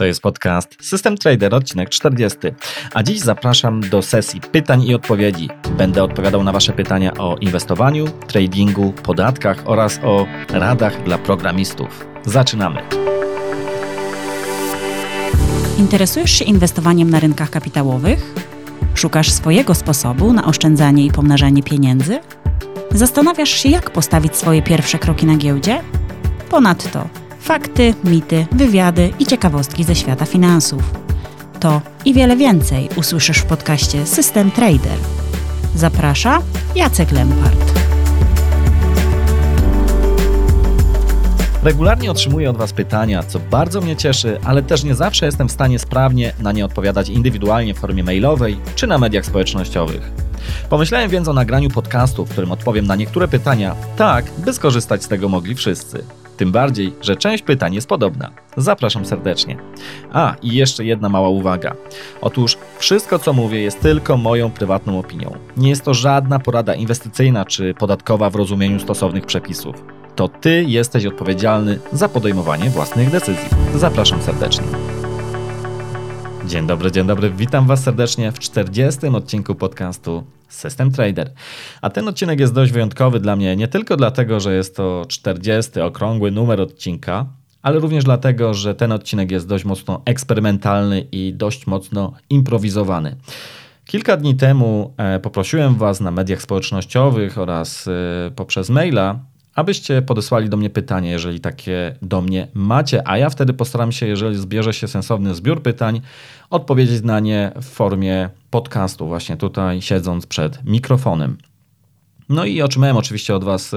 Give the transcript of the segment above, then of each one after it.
To jest podcast System Trader, odcinek 40. A dziś zapraszam do sesji pytań i odpowiedzi. Będę odpowiadał na Wasze pytania o inwestowaniu, tradingu, podatkach oraz o radach dla programistów. Zaczynamy. Interesujesz się inwestowaniem na rynkach kapitałowych? Szukasz swojego sposobu na oszczędzanie i pomnażanie pieniędzy? Zastanawiasz się, jak postawić swoje pierwsze kroki na giełdzie? Ponadto fakty, mity, wywiady i ciekawostki ze świata finansów. To i wiele więcej usłyszysz w podcaście System Trader. Zaprasza Jacek Lempart. Regularnie otrzymuję od Was pytania, co bardzo mnie cieszy, ale też nie zawsze jestem w stanie sprawnie na nie odpowiadać indywidualnie w formie mailowej czy na mediach społecznościowych. Pomyślałem więc o nagraniu podcastu, w którym odpowiem na niektóre pytania tak, by skorzystać z tego mogli wszyscy. Tym bardziej, że część pytań jest podobna. Zapraszam serdecznie. I jeszcze jedna mała uwaga. Otóż wszystko, co mówię, jest tylko moją prywatną opinią. Nie jest to żadna porada inwestycyjna czy podatkowa w rozumieniu stosownych przepisów. To Ty jesteś odpowiedzialny za podejmowanie własnych decyzji. Zapraszam serdecznie. Dzień dobry, witam Was serdecznie w 40. odcinku podcastu System Trader. A ten odcinek jest dość wyjątkowy dla mnie nie tylko dlatego, że jest to 40. okrągły numer odcinka, ale również dlatego, że ten odcinek jest dość mocno eksperymentalny i dość mocno improwizowany. Kilka dni temu poprosiłem Was na mediach społecznościowych oraz poprzez maila, abyście podesłali do mnie pytanie, jeżeli takie do mnie macie, a ja wtedy postaram się, jeżeli zbierze się sensowny zbiór pytań, odpowiedzieć na nie w formie podcastu, właśnie tutaj siedząc przed mikrofonem. No i otrzymałem oczywiście od Was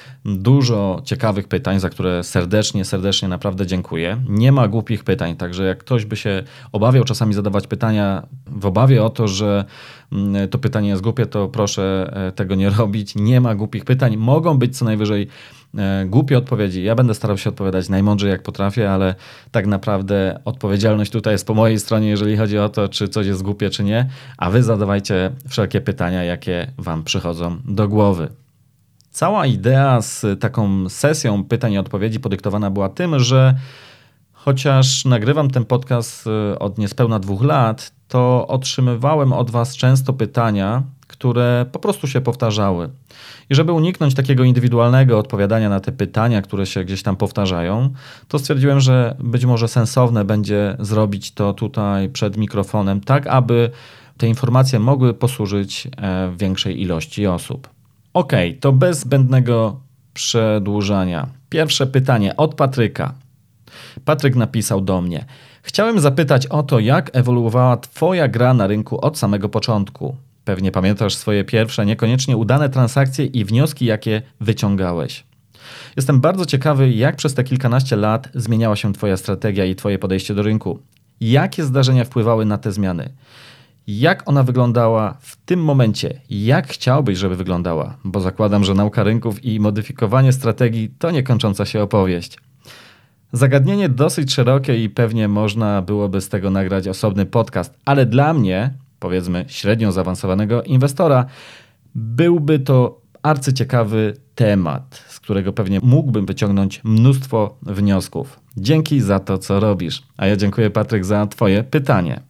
dużo ciekawych pytań, za które serdecznie naprawdę dziękuję. Nie ma głupich pytań, także jak ktoś by się obawiał czasami zadawać pytania w obawie o to, że to pytanie jest głupie, to proszę tego nie robić. Nie ma głupich pytań. Mogą być co najwyżej głupie odpowiedzi. Ja będę starał się odpowiadać najmądrzej jak potrafię, ale tak naprawdę odpowiedzialność tutaj jest po mojej stronie, jeżeli chodzi o to, czy coś jest głupie, czy nie, a Wy zadawajcie wszelkie pytania, jakie Wam przychodzą do głowy. Cała idea z taką sesją pytań i odpowiedzi podyktowana była tym, że chociaż nagrywam ten podcast od niespełna 2 lat, to otrzymywałem od Was często pytania, które po prostu się powtarzały. I żeby uniknąć takiego indywidualnego odpowiadania na te pytania, które się gdzieś tam powtarzają, to stwierdziłem, że być może sensowne będzie zrobić to tutaj przed mikrofonem, tak aby te informacje mogły posłużyć większej ilości osób. Okej, to bez zbędnego przedłużania. Pierwsze pytanie od Patryka. Patryk napisał do mnie: chciałem zapytać o to, jak ewoluowała Twoja gra na rynku od samego początku. Pewnie pamiętasz swoje pierwsze, niekoniecznie udane transakcje i wnioski, jakie wyciągałeś. Jestem bardzo ciekawy, jak przez te kilkanaście lat zmieniała się Twoja strategia i Twoje podejście do rynku. Jakie zdarzenia wpływały na te zmiany? Jak ona wyglądała w tym momencie? Jak chciałbyś, żeby wyglądała? Bo zakładam, że nauka rynków i modyfikowanie strategii to niekończąca się opowieść. Zagadnienie dosyć szerokie i pewnie można byłoby z tego nagrać osobny podcast, ale dla mnie, powiedzmy średnio zaawansowanego inwestora, byłby to arcyciekawy temat, z którego pewnie mógłbym wyciągnąć mnóstwo wniosków. Dzięki za to, co robisz. A ja dziękuję, Patryk, za Twoje pytanie.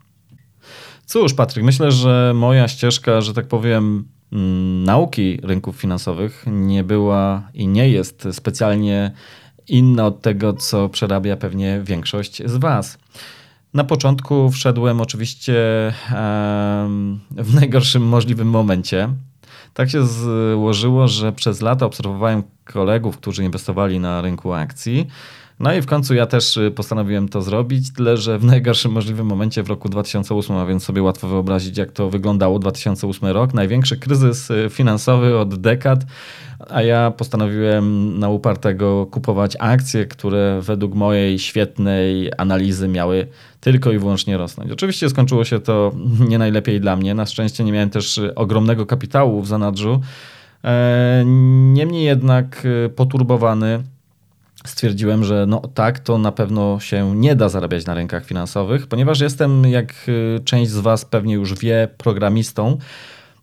Cóż, Patryk, myślę, że moja ścieżka, że tak powiem, nauki rynków finansowych nie była i nie jest specjalnie inna od tego, co przerabia pewnie większość z Was. Na początku wszedłem oczywiście w najgorszym możliwym momencie. Tak się złożyło, że przez lata obserwowałem kolegów, którzy inwestowali na rynku akcji. No i w końcu ja też postanowiłem to zrobić, tyle że w najgorszym możliwym momencie w roku 2008, a więc sobie łatwo wyobrazić, jak to wyglądało. 2008 rok, największy kryzys finansowy od dekad, a ja postanowiłem na upartego kupować akcje, które według mojej świetnej analizy miały tylko i wyłącznie rosnąć. Oczywiście skończyło się to nie najlepiej dla mnie. Na szczęście nie miałem też ogromnego kapitału w zanadrzu. Niemniej jednak poturbowany stwierdziłem, że to na pewno się nie da zarabiać na rynkach finansowych, ponieważ jestem, jak część z Was pewnie już wie, programistą.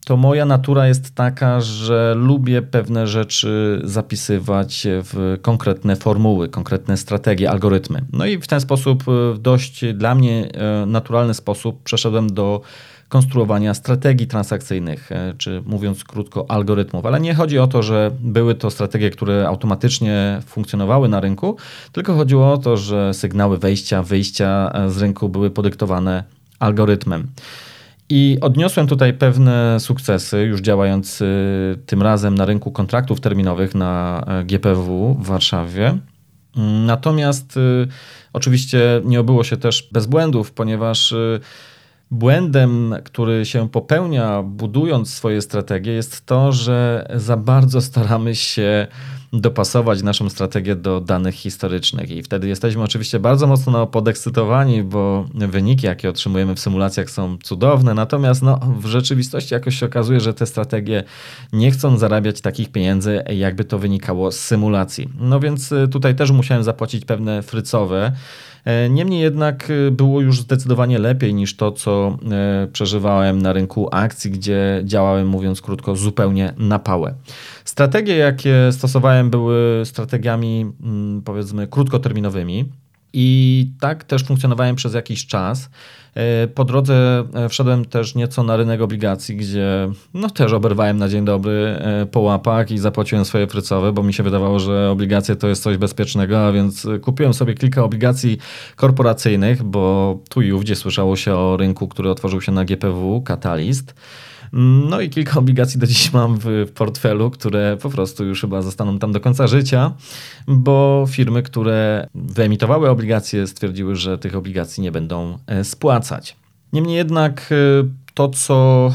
to moja natura jest taka, że lubię pewne rzeczy zapisywać w konkretne formuły, konkretne strategie, algorytmy. No i w ten sposób, w dość dla mnie naturalny sposób przeszedłem do konstruowania strategii transakcyjnych, czy mówiąc krótko algorytmów. Ale nie chodzi o to, że były to strategie, które automatycznie funkcjonowały na rynku, tylko chodziło o to, że sygnały wejścia, wyjścia z rynku były podyktowane algorytmem. I odniosłem tutaj pewne sukcesy, już działając tym razem na rynku kontraktów terminowych na GPW w Warszawie. Natomiast oczywiście nie obyło się też bez błędów, ponieważ błędem, który się popełnia budując swoje strategie, jest to, że za bardzo staramy się dopasować naszą strategię do danych historycznych i wtedy jesteśmy oczywiście bardzo mocno podekscytowani, bo wyniki, jakie otrzymujemy w symulacjach, są cudowne, natomiast w rzeczywistości jakoś się okazuje, że te strategie nie chcą zarabiać takich pieniędzy, jakby to wynikało z symulacji. No więc tutaj też musiałem zapłacić pewne frycowe. Niemniej jednak było już zdecydowanie lepiej niż to, co przeżywałem na rynku akcji, gdzie działałem, mówiąc krótko, zupełnie na pałę. Strategie, jakie stosowałem, były strategiami, powiedzmy, krótkoterminowymi i tak też funkcjonowałem przez jakiś czas. Po drodze wszedłem też nieco na rynek obligacji, gdzie też oberwałem na dzień dobry po łapach i zapłaciłem swoje frycowe, bo mi się wydawało, że obligacje to jest coś bezpiecznego, a więc kupiłem sobie kilka obligacji korporacyjnych, bo tu i ówdzie słyszało się o rynku, który otworzył się na GPW, Catalyst. No i kilka obligacji do dziś mam w portfelu, które po prostu już chyba zostaną tam do końca życia, bo firmy, które wyemitowały obligacje, stwierdziły, że tych obligacji nie będą spłacać. Niemniej jednak to, co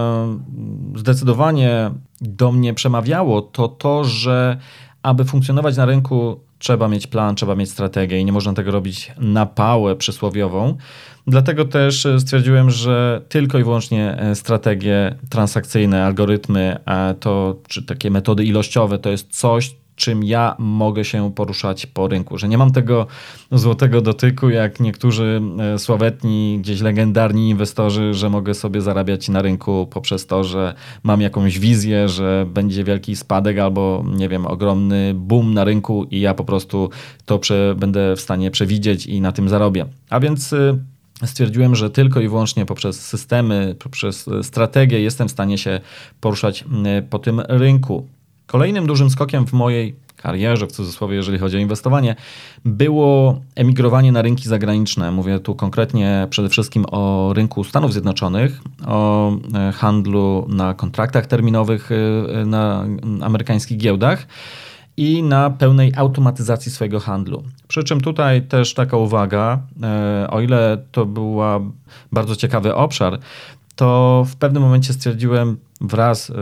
zdecydowanie do mnie przemawiało, to, że aby funkcjonować na rynku, trzeba mieć plan, trzeba mieć strategię i nie można tego robić na pałę przysłowiową. Dlatego też stwierdziłem, że tylko i wyłącznie strategie transakcyjne, algorytmy, czy takie metody ilościowe, to jest coś, czym ja mogę się poruszać po rynku. Że nie mam tego złotego dotyku, jak niektórzy sławetni, gdzieś legendarni inwestorzy, że mogę sobie zarabiać na rynku poprzez to, że mam jakąś wizję, że będzie wielki spadek albo, nie wiem, ogromny boom na rynku i ja po prostu to będę w stanie przewidzieć i na tym zarobię. A więc stwierdziłem, że tylko i wyłącznie poprzez systemy, poprzez strategię jestem w stanie się poruszać po tym rynku. Kolejnym dużym skokiem w mojej karierze, w cudzysłowie, jeżeli chodzi o inwestowanie, było emigrowanie na rynki zagraniczne. Mówię tu konkretnie przede wszystkim o rynku Stanów Zjednoczonych, o handlu na kontraktach terminowych na amerykańskich giełdach i na pełnej automatyzacji swojego handlu. Przy czym tutaj też taka uwaga, o ile to był bardzo ciekawy obszar, to w pewnym momencie stwierdziłem wraz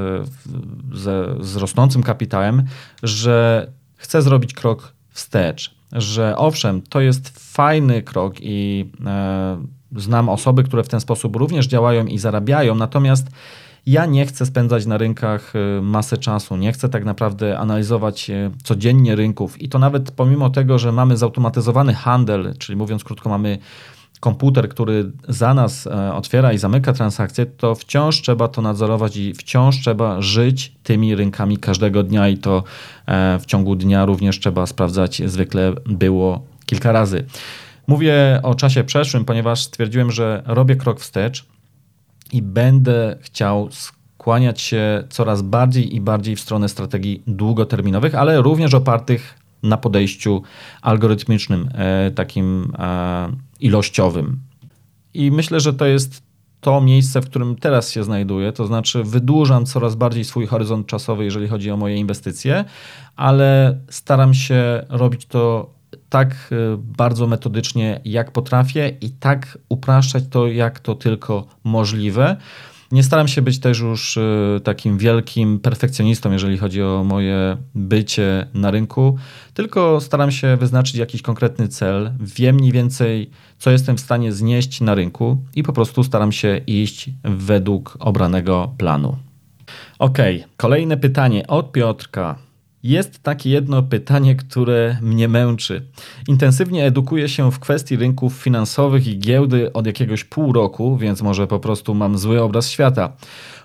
z rosnącym kapitałem, że chcę zrobić krok wstecz. Że owszem, to jest fajny krok i znam osoby, które w ten sposób również działają i zarabiają, natomiast ja nie chcę spędzać na rynkach masę czasu, nie chcę tak naprawdę analizować codziennie rynków i to nawet pomimo tego, że mamy zautomatyzowany handel, czyli mówiąc krótko, mamy komputer, który za nas otwiera i zamyka transakcje, to wciąż trzeba to nadzorować i wciąż trzeba żyć tymi rynkami każdego dnia i to w ciągu dnia również trzeba sprawdzać, zwykle było kilka razy. Mówię o czasie przeszłym, ponieważ stwierdziłem, że robię krok wstecz i będę chciał skłaniać się coraz bardziej i bardziej w stronę strategii długoterminowych, ale również opartych na podejściu algorytmicznym, takim ilościowym. I myślę, że to jest to miejsce, w którym teraz się znajduję, to znaczy wydłużam coraz bardziej swój horyzont czasowy, jeżeli chodzi o moje inwestycje, ale staram się robić to tak bardzo metodycznie, jak potrafię i tak upraszczać to, jak to tylko możliwe. Nie staram się być też już takim wielkim perfekcjonistą, jeżeli chodzi o moje bycie na rynku, tylko staram się wyznaczyć jakiś konkretny cel. Wiem mniej więcej, co jestem w stanie znieść na rynku i po prostu staram się iść według obranego planu. Kolejne pytanie od Piotrka. Jest takie jedno pytanie, które mnie męczy. Intensywnie edukuję się w kwestii rynków finansowych i giełdy od jakiegoś pół roku, więc może po prostu mam zły obraz świata.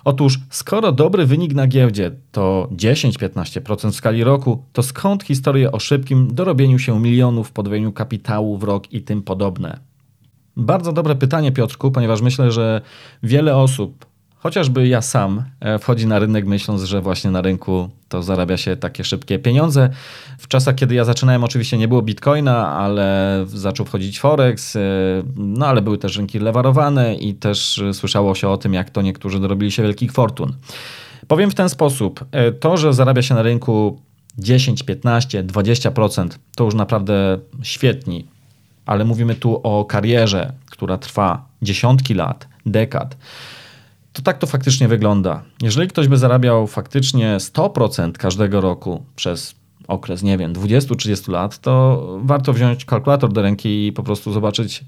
Otóż, skoro dobry wynik na giełdzie to 10-15% w skali roku, to skąd historie o szybkim dorobieniu się milionów, podwojeniu kapitału w rok i tym podobne? Bardzo dobre pytanie, Piotrku, ponieważ myślę, że wiele osób, chociażby ja sam, wchodzi na rynek myśląc, że właśnie na rynku to zarabia się takie szybkie pieniądze. W czasach, kiedy ja zaczynałem, oczywiście nie było Bitcoina, ale zaczął wchodzić Forex, no ale były też rynki lewarowane i też słyszało się o tym, jak to niektórzy dorobili się wielkich fortun. Powiem w ten sposób, to, że zarabia się na rynku 10, 15, 20%, to już naprawdę świetni, ale mówimy tu o karierze, która trwa dziesiątki lat, dekad. To tak to faktycznie wygląda. Jeżeli ktoś by zarabiał faktycznie 100% każdego roku przez okres, 20-30 lat, to warto wziąć kalkulator do ręki i po prostu zobaczyć,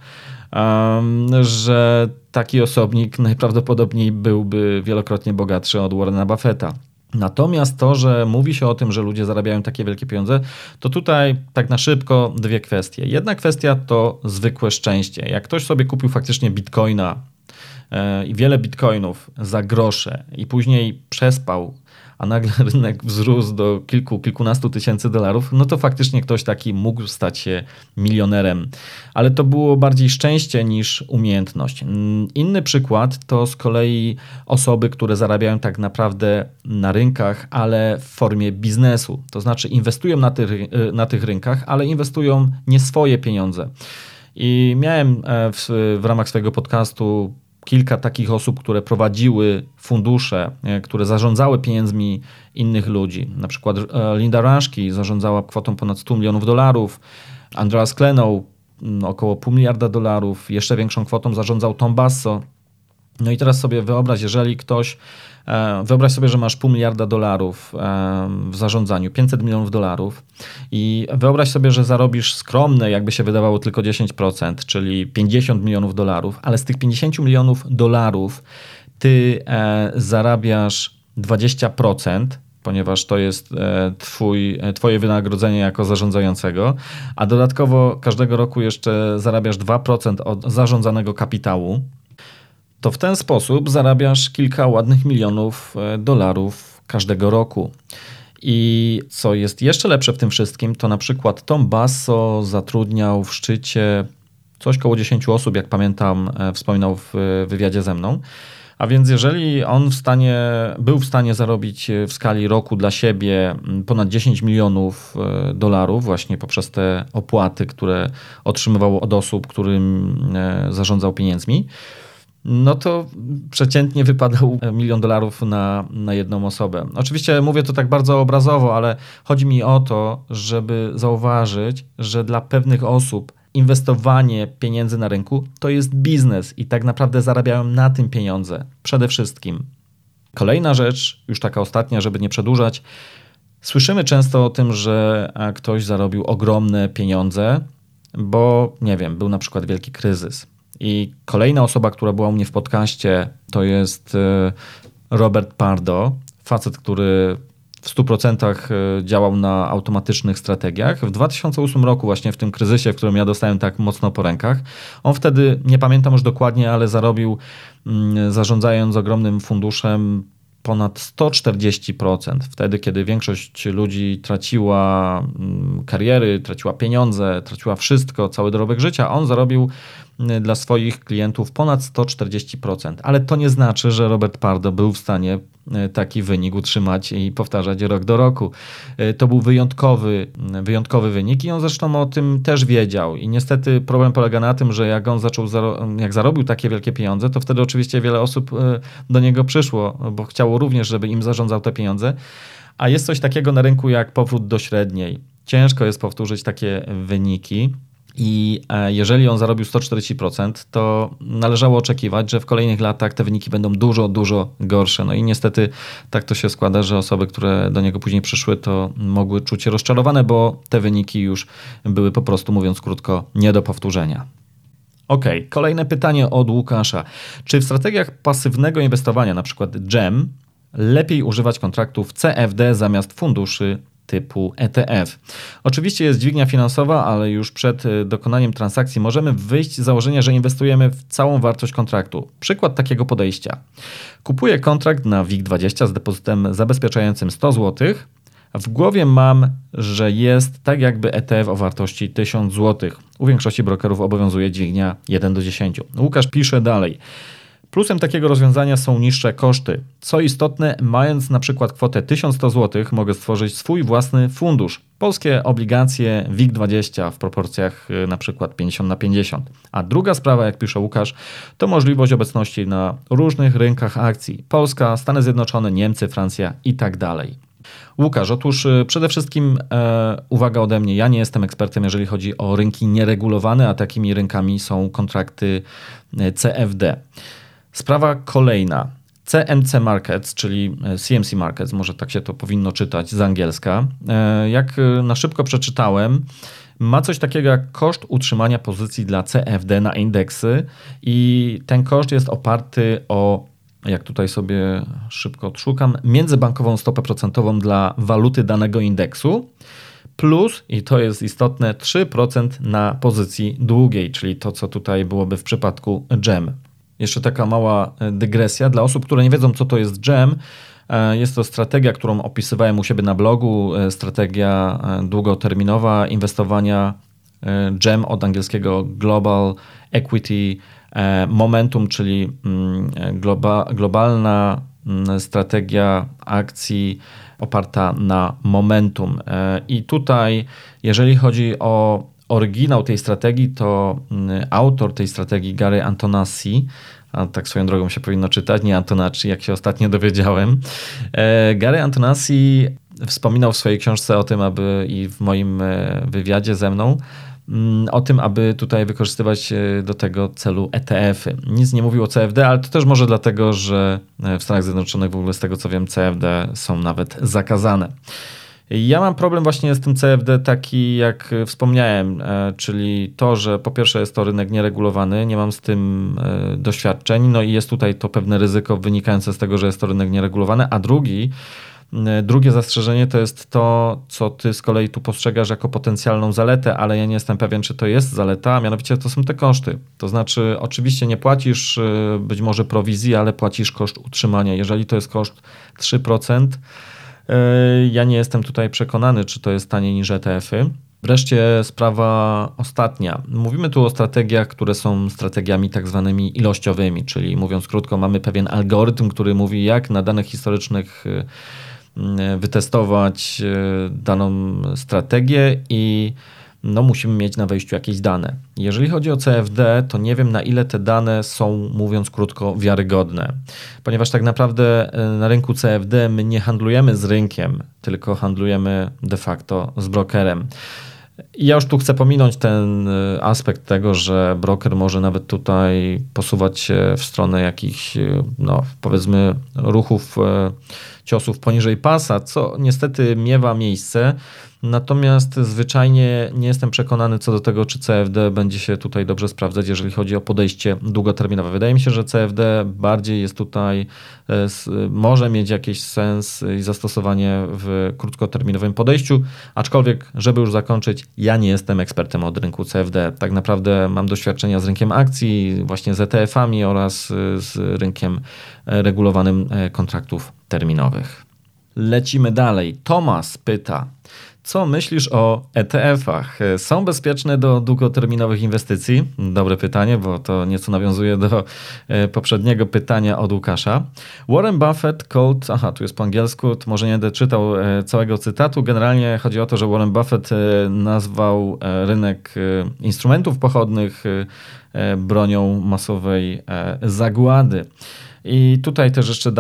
że taki osobnik najprawdopodobniej byłby wielokrotnie bogatszy od Warrena Buffetta. Natomiast to, że mówi się o tym, że ludzie zarabiają takie wielkie pieniądze, to tutaj tak na szybko dwie kwestie. Jedna kwestia to zwykłe szczęście. Jak ktoś sobie kupił faktycznie bitcoina i wiele bitcoinów za grosze i później przespał, a nagle rynek wzrósł do kilkunastu tysięcy dolarów, no to faktycznie ktoś taki mógł stać się milionerem. Ale to było bardziej szczęście niż umiejętność. Inny przykład to z kolei osoby, które zarabiają tak naprawdę na rynkach, ale w formie biznesu. To znaczy inwestują na tych rynkach, ale inwestują nie swoje pieniądze. I miałem w ramach swojego podcastu kilka takich osób, które prowadziły fundusze, które zarządzały pieniędzmi innych ludzi. Na przykład Linda Raschke zarządzała kwotą ponad $100 milionów, Andreas Klenow około $500 miliarda, jeszcze większą kwotą zarządzał Tom Basso. No i teraz sobie wyobraź, wyobraź sobie, że masz $500 miliarda w zarządzaniu, $500 milionów i wyobraź sobie, że zarobisz skromne, jakby się wydawało, tylko 10%, czyli $50 milionów, ale z tych $50 milionów ty zarabiasz 20%, ponieważ to jest twoje wynagrodzenie jako zarządzającego, a dodatkowo każdego roku jeszcze zarabiasz 2% od zarządzanego kapitału. To w ten sposób zarabiasz kilka ładnych milionów dolarów każdego roku. I co jest jeszcze lepsze w tym wszystkim, to na przykład Tom Basso zatrudniał w szczycie coś koło 10 osób, jak pamiętam, wspominał w wywiadzie ze mną. A więc jeżeli on był w stanie zarobić w skali roku dla siebie ponad $10 milionów właśnie poprzez te opłaty, które otrzymywał od osób, którym zarządzał pieniędzmi, no to przeciętnie wypadał $1 milion na jedną osobę. Oczywiście mówię to tak bardzo obrazowo, ale chodzi mi o to, żeby zauważyć, że dla pewnych osób inwestowanie pieniędzy na rynku to jest biznes i tak naprawdę zarabiają na tym pieniądze przede wszystkim. Kolejna rzecz, już taka ostatnia, żeby nie przedłużać. Słyszymy często o tym, że ktoś zarobił ogromne pieniądze, bo był na przykład wielki kryzys. I kolejna osoba, która była u mnie w podcaście, to jest Robert Pardo, facet, który w 100% działał na automatycznych strategiach. W 2008 roku właśnie w tym kryzysie, w którym ja dostałem tak mocno po rękach, on wtedy, nie pamiętam już dokładnie, ale zarobił, zarządzając ogromnym funduszem, ponad 140%. Wtedy, kiedy większość ludzi traciła kariery, traciła pieniądze, traciła wszystko, cały dorobek życia, on zarobił dla swoich klientów ponad 140%. Ale to nie znaczy, że Robert Pardo był w stanie taki wynik utrzymać i powtarzać rok do roku. To był wyjątkowy wynik i on zresztą o tym też wiedział. I niestety problem polega na tym, że jak zarobił takie wielkie pieniądze, to wtedy oczywiście wiele osób do niego przyszło, bo chciało również, żeby im zarządzał te pieniądze. A jest coś takiego na rynku jak powrót do średniej. Ciężko jest powtórzyć takie wyniki. I jeżeli on zarobił 140%, to należało oczekiwać, że w kolejnych latach te wyniki będą dużo, dużo gorsze. No i niestety tak to się składa, że osoby, które do niego później przyszły, to mogły czuć się rozczarowane, bo te wyniki już były po prostu, mówiąc krótko, nie do powtórzenia. Kolejne pytanie od Łukasza. Czy w strategiach pasywnego inwestowania, na przykład GEM, lepiej używać kontraktów CFD zamiast funduszy typu ETF. Oczywiście jest dźwignia finansowa, ale już przed dokonaniem transakcji możemy wyjść z założenia, że inwestujemy w całą wartość kontraktu. Przykład takiego podejścia. Kupuję kontrakt na WIG20 z depozytem zabezpieczającym 100 zł. W głowie mam, że jest tak jakby ETF o wartości 1000 zł. U większości brokerów obowiązuje dźwignia 1:10. Łukasz pisze dalej. Plusem takiego rozwiązania są niższe koszty. Co istotne, mając na przykład kwotę 1100 zł, mogę stworzyć swój własny fundusz. Polskie obligacje WIG20 w proporcjach na przykład 50/50. A druga sprawa, jak pisze Łukasz, to możliwość obecności na różnych rynkach akcji. Polska, Stany Zjednoczone, Niemcy, Francja i tak dalej. Łukasz, otóż przede wszystkim uwaga ode mnie, ja nie jestem ekspertem, jeżeli chodzi o rynki nieregulowane, a takimi rynkami są kontrakty CFD. Sprawa kolejna. CMC Markets, czyli CMC Markets, może tak się to powinno czytać z angielska. Jak na szybko przeczytałem, ma coś takiego jak koszt utrzymania pozycji dla CFD na indeksy i ten koszt jest oparty o, jak tutaj sobie szybko odszukam, międzybankową stopę procentową dla waluty danego indeksu plus, i to jest istotne, 3% na pozycji długiej, czyli to, co tutaj byłoby w przypadku GEM. Jeszcze taka mała dygresja. Dla osób, które nie wiedzą, co to jest GEM, jest to strategia, którą opisywałem u siebie na blogu, strategia długoterminowa inwestowania GEM od angielskiego Global Equity Momentum, czyli globalna strategia akcji oparta na momentum. I tutaj, jeżeli chodzi o oryginał tej strategii, to autor tej strategii, Gary Antonacci, a tak swoją drogą się powinno czytać, nie Antonacci, jak się ostatnio dowiedziałem. Gary Antonacci wspominał w swojej książce o tym, aby i w moim wywiadzie ze mną, o tym, aby tutaj wykorzystywać do tego celu ETF-y. Nic nie mówił o CFD, ale to też może dlatego, że w Stanach Zjednoczonych w ogóle z tego co wiem CFD są nawet zakazane. Ja mam problem właśnie z tym CFD taki, jak wspomniałem, czyli to, że po pierwsze jest to rynek nieregulowany, nie mam z tym doświadczeń, no i jest tutaj to pewne ryzyko wynikające z tego, że jest to rynek nieregulowany, a drugie zastrzeżenie to jest to, co ty z kolei tu postrzegasz jako potencjalną zaletę, ale ja nie jestem pewien, czy to jest zaleta, a mianowicie to są te koszty. To znaczy oczywiście nie płacisz być może prowizji, ale płacisz koszt utrzymania. Jeżeli to jest koszt 3%, ja nie jestem tutaj przekonany, czy to jest taniej niż ETF-y. Wreszcie sprawa ostatnia. Mówimy tu o strategiach, które są strategiami tak zwanymi ilościowymi, czyli mówiąc krótko, mamy pewien algorytm, który mówi, jak na danych historycznych wytestować daną strategię i musimy mieć na wejściu jakieś dane. Jeżeli chodzi o CFD, to nie wiem, na ile te dane są, mówiąc krótko, wiarygodne. Ponieważ tak naprawdę na rynku CFD my nie handlujemy z rynkiem, tylko handlujemy de facto z brokerem. I ja już tu chcę pominąć ten aspekt tego, że broker może nawet tutaj posuwać się w stronę jakichś, powiedzmy, ruchów, ciosów poniżej pasa, co niestety miewa miejsce. Natomiast zwyczajnie nie jestem przekonany co do tego, czy CFD będzie się tutaj dobrze sprawdzać, jeżeli chodzi o podejście długoterminowe. Wydaje mi się, że CFD bardziej jest tutaj, może mieć jakiś sens i zastosowanie w krótkoterminowym podejściu, aczkolwiek, żeby już zakończyć, ja nie jestem ekspertem od rynku CFD. Tak naprawdę mam doświadczenia z rynkiem akcji, właśnie z ETF-ami oraz z rynkiem regulowanym kontraktów terminowych. Lecimy dalej. Tomasz pyta, co myślisz o ETF-ach? Są bezpieczne do długoterminowych inwestycji? Dobre pytanie, bo to nieco nawiązuje do poprzedniego pytania od Łukasza. Warren Buffett tu jest po angielsku, to może nie będę czytał całego cytatu. Generalnie chodzi o to, że Warren Buffett nazwał rynek instrumentów pochodnych bronią masowej zagłady. I tutaj też jeszcze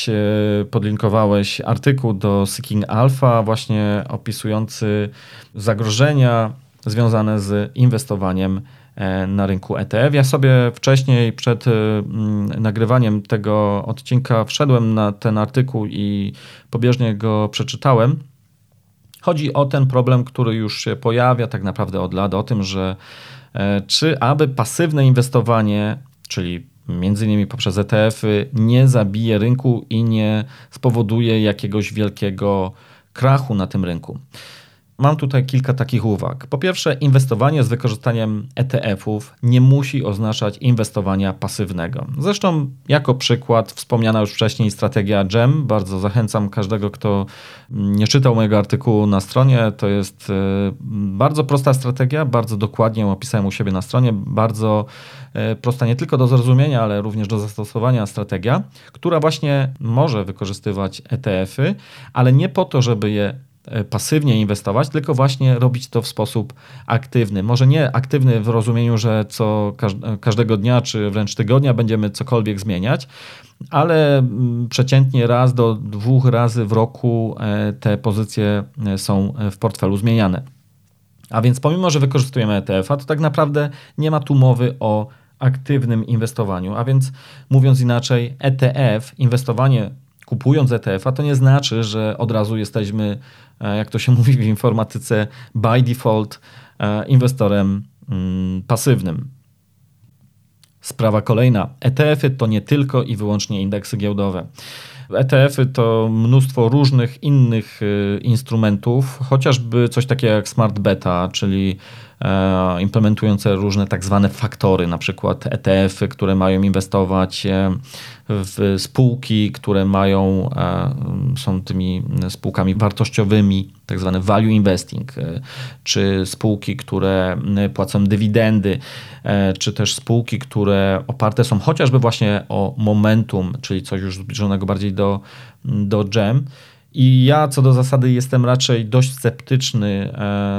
podlinkowałeś artykuł do Seeking Alpha, właśnie opisujący zagrożenia związane z inwestowaniem na rynku ETF. Ja sobie wcześniej, przed nagrywaniem tego odcinka, wszedłem na ten artykuł i pobieżnie go przeczytałem. Chodzi o ten problem, który już się pojawia tak naprawdę od lat, o tym, że czy aby pasywne inwestowanie, czyli między innymi poprzez ETF-y, nie zabije rynku i nie spowoduje jakiegoś wielkiego krachu na tym rynku. Mam tutaj kilka takich uwag. Po pierwsze, inwestowanie z wykorzystaniem ETF-ów nie musi oznaczać inwestowania pasywnego. Zresztą jako przykład wspomniana już wcześniej strategia GEM. Bardzo zachęcam każdego, kto nie czytał mojego artykułu na stronie. To jest bardzo prosta strategia, bardzo dokładnie ją opisałem u siebie na stronie. Bardzo prosta nie tylko do zrozumienia, ale również do zastosowania strategia, która właśnie może wykorzystywać ETF-y, ale nie po to, żeby je pasywnie inwestować, tylko właśnie robić to w sposób aktywny. Może nie aktywny w rozumieniu, że każdego dnia czy wręcz tygodnia będziemy cokolwiek zmieniać, ale przeciętnie raz do 2 razy w roku te pozycje są w portfelu zmieniane. A więc pomimo, że wykorzystujemy ETF-a, to tak naprawdę nie ma tu mowy o aktywnym inwestowaniu. A więc mówiąc inaczej, ETF, inwestowanie kupując ETF-a, to nie znaczy, że od razu jesteśmy, jak to się mówi w informatyce, by default inwestorem pasywnym. Sprawa kolejna. ETF-y to nie tylko i wyłącznie indeksy giełdowe. ETF-y to mnóstwo różnych innych instrumentów, chociażby coś takiego jak smart beta, czyli implementujące różne tak zwane faktory, na przykład ETF-y, które mają inwestować w spółki, które są tymi spółkami wartościowymi, tak zwane value investing, czy spółki, które płacą dywidendy, czy też spółki, które oparte są chociażby właśnie o momentum, czyli coś już zbliżonego bardziej do GEM. I ja co do zasady jestem raczej dość sceptyczny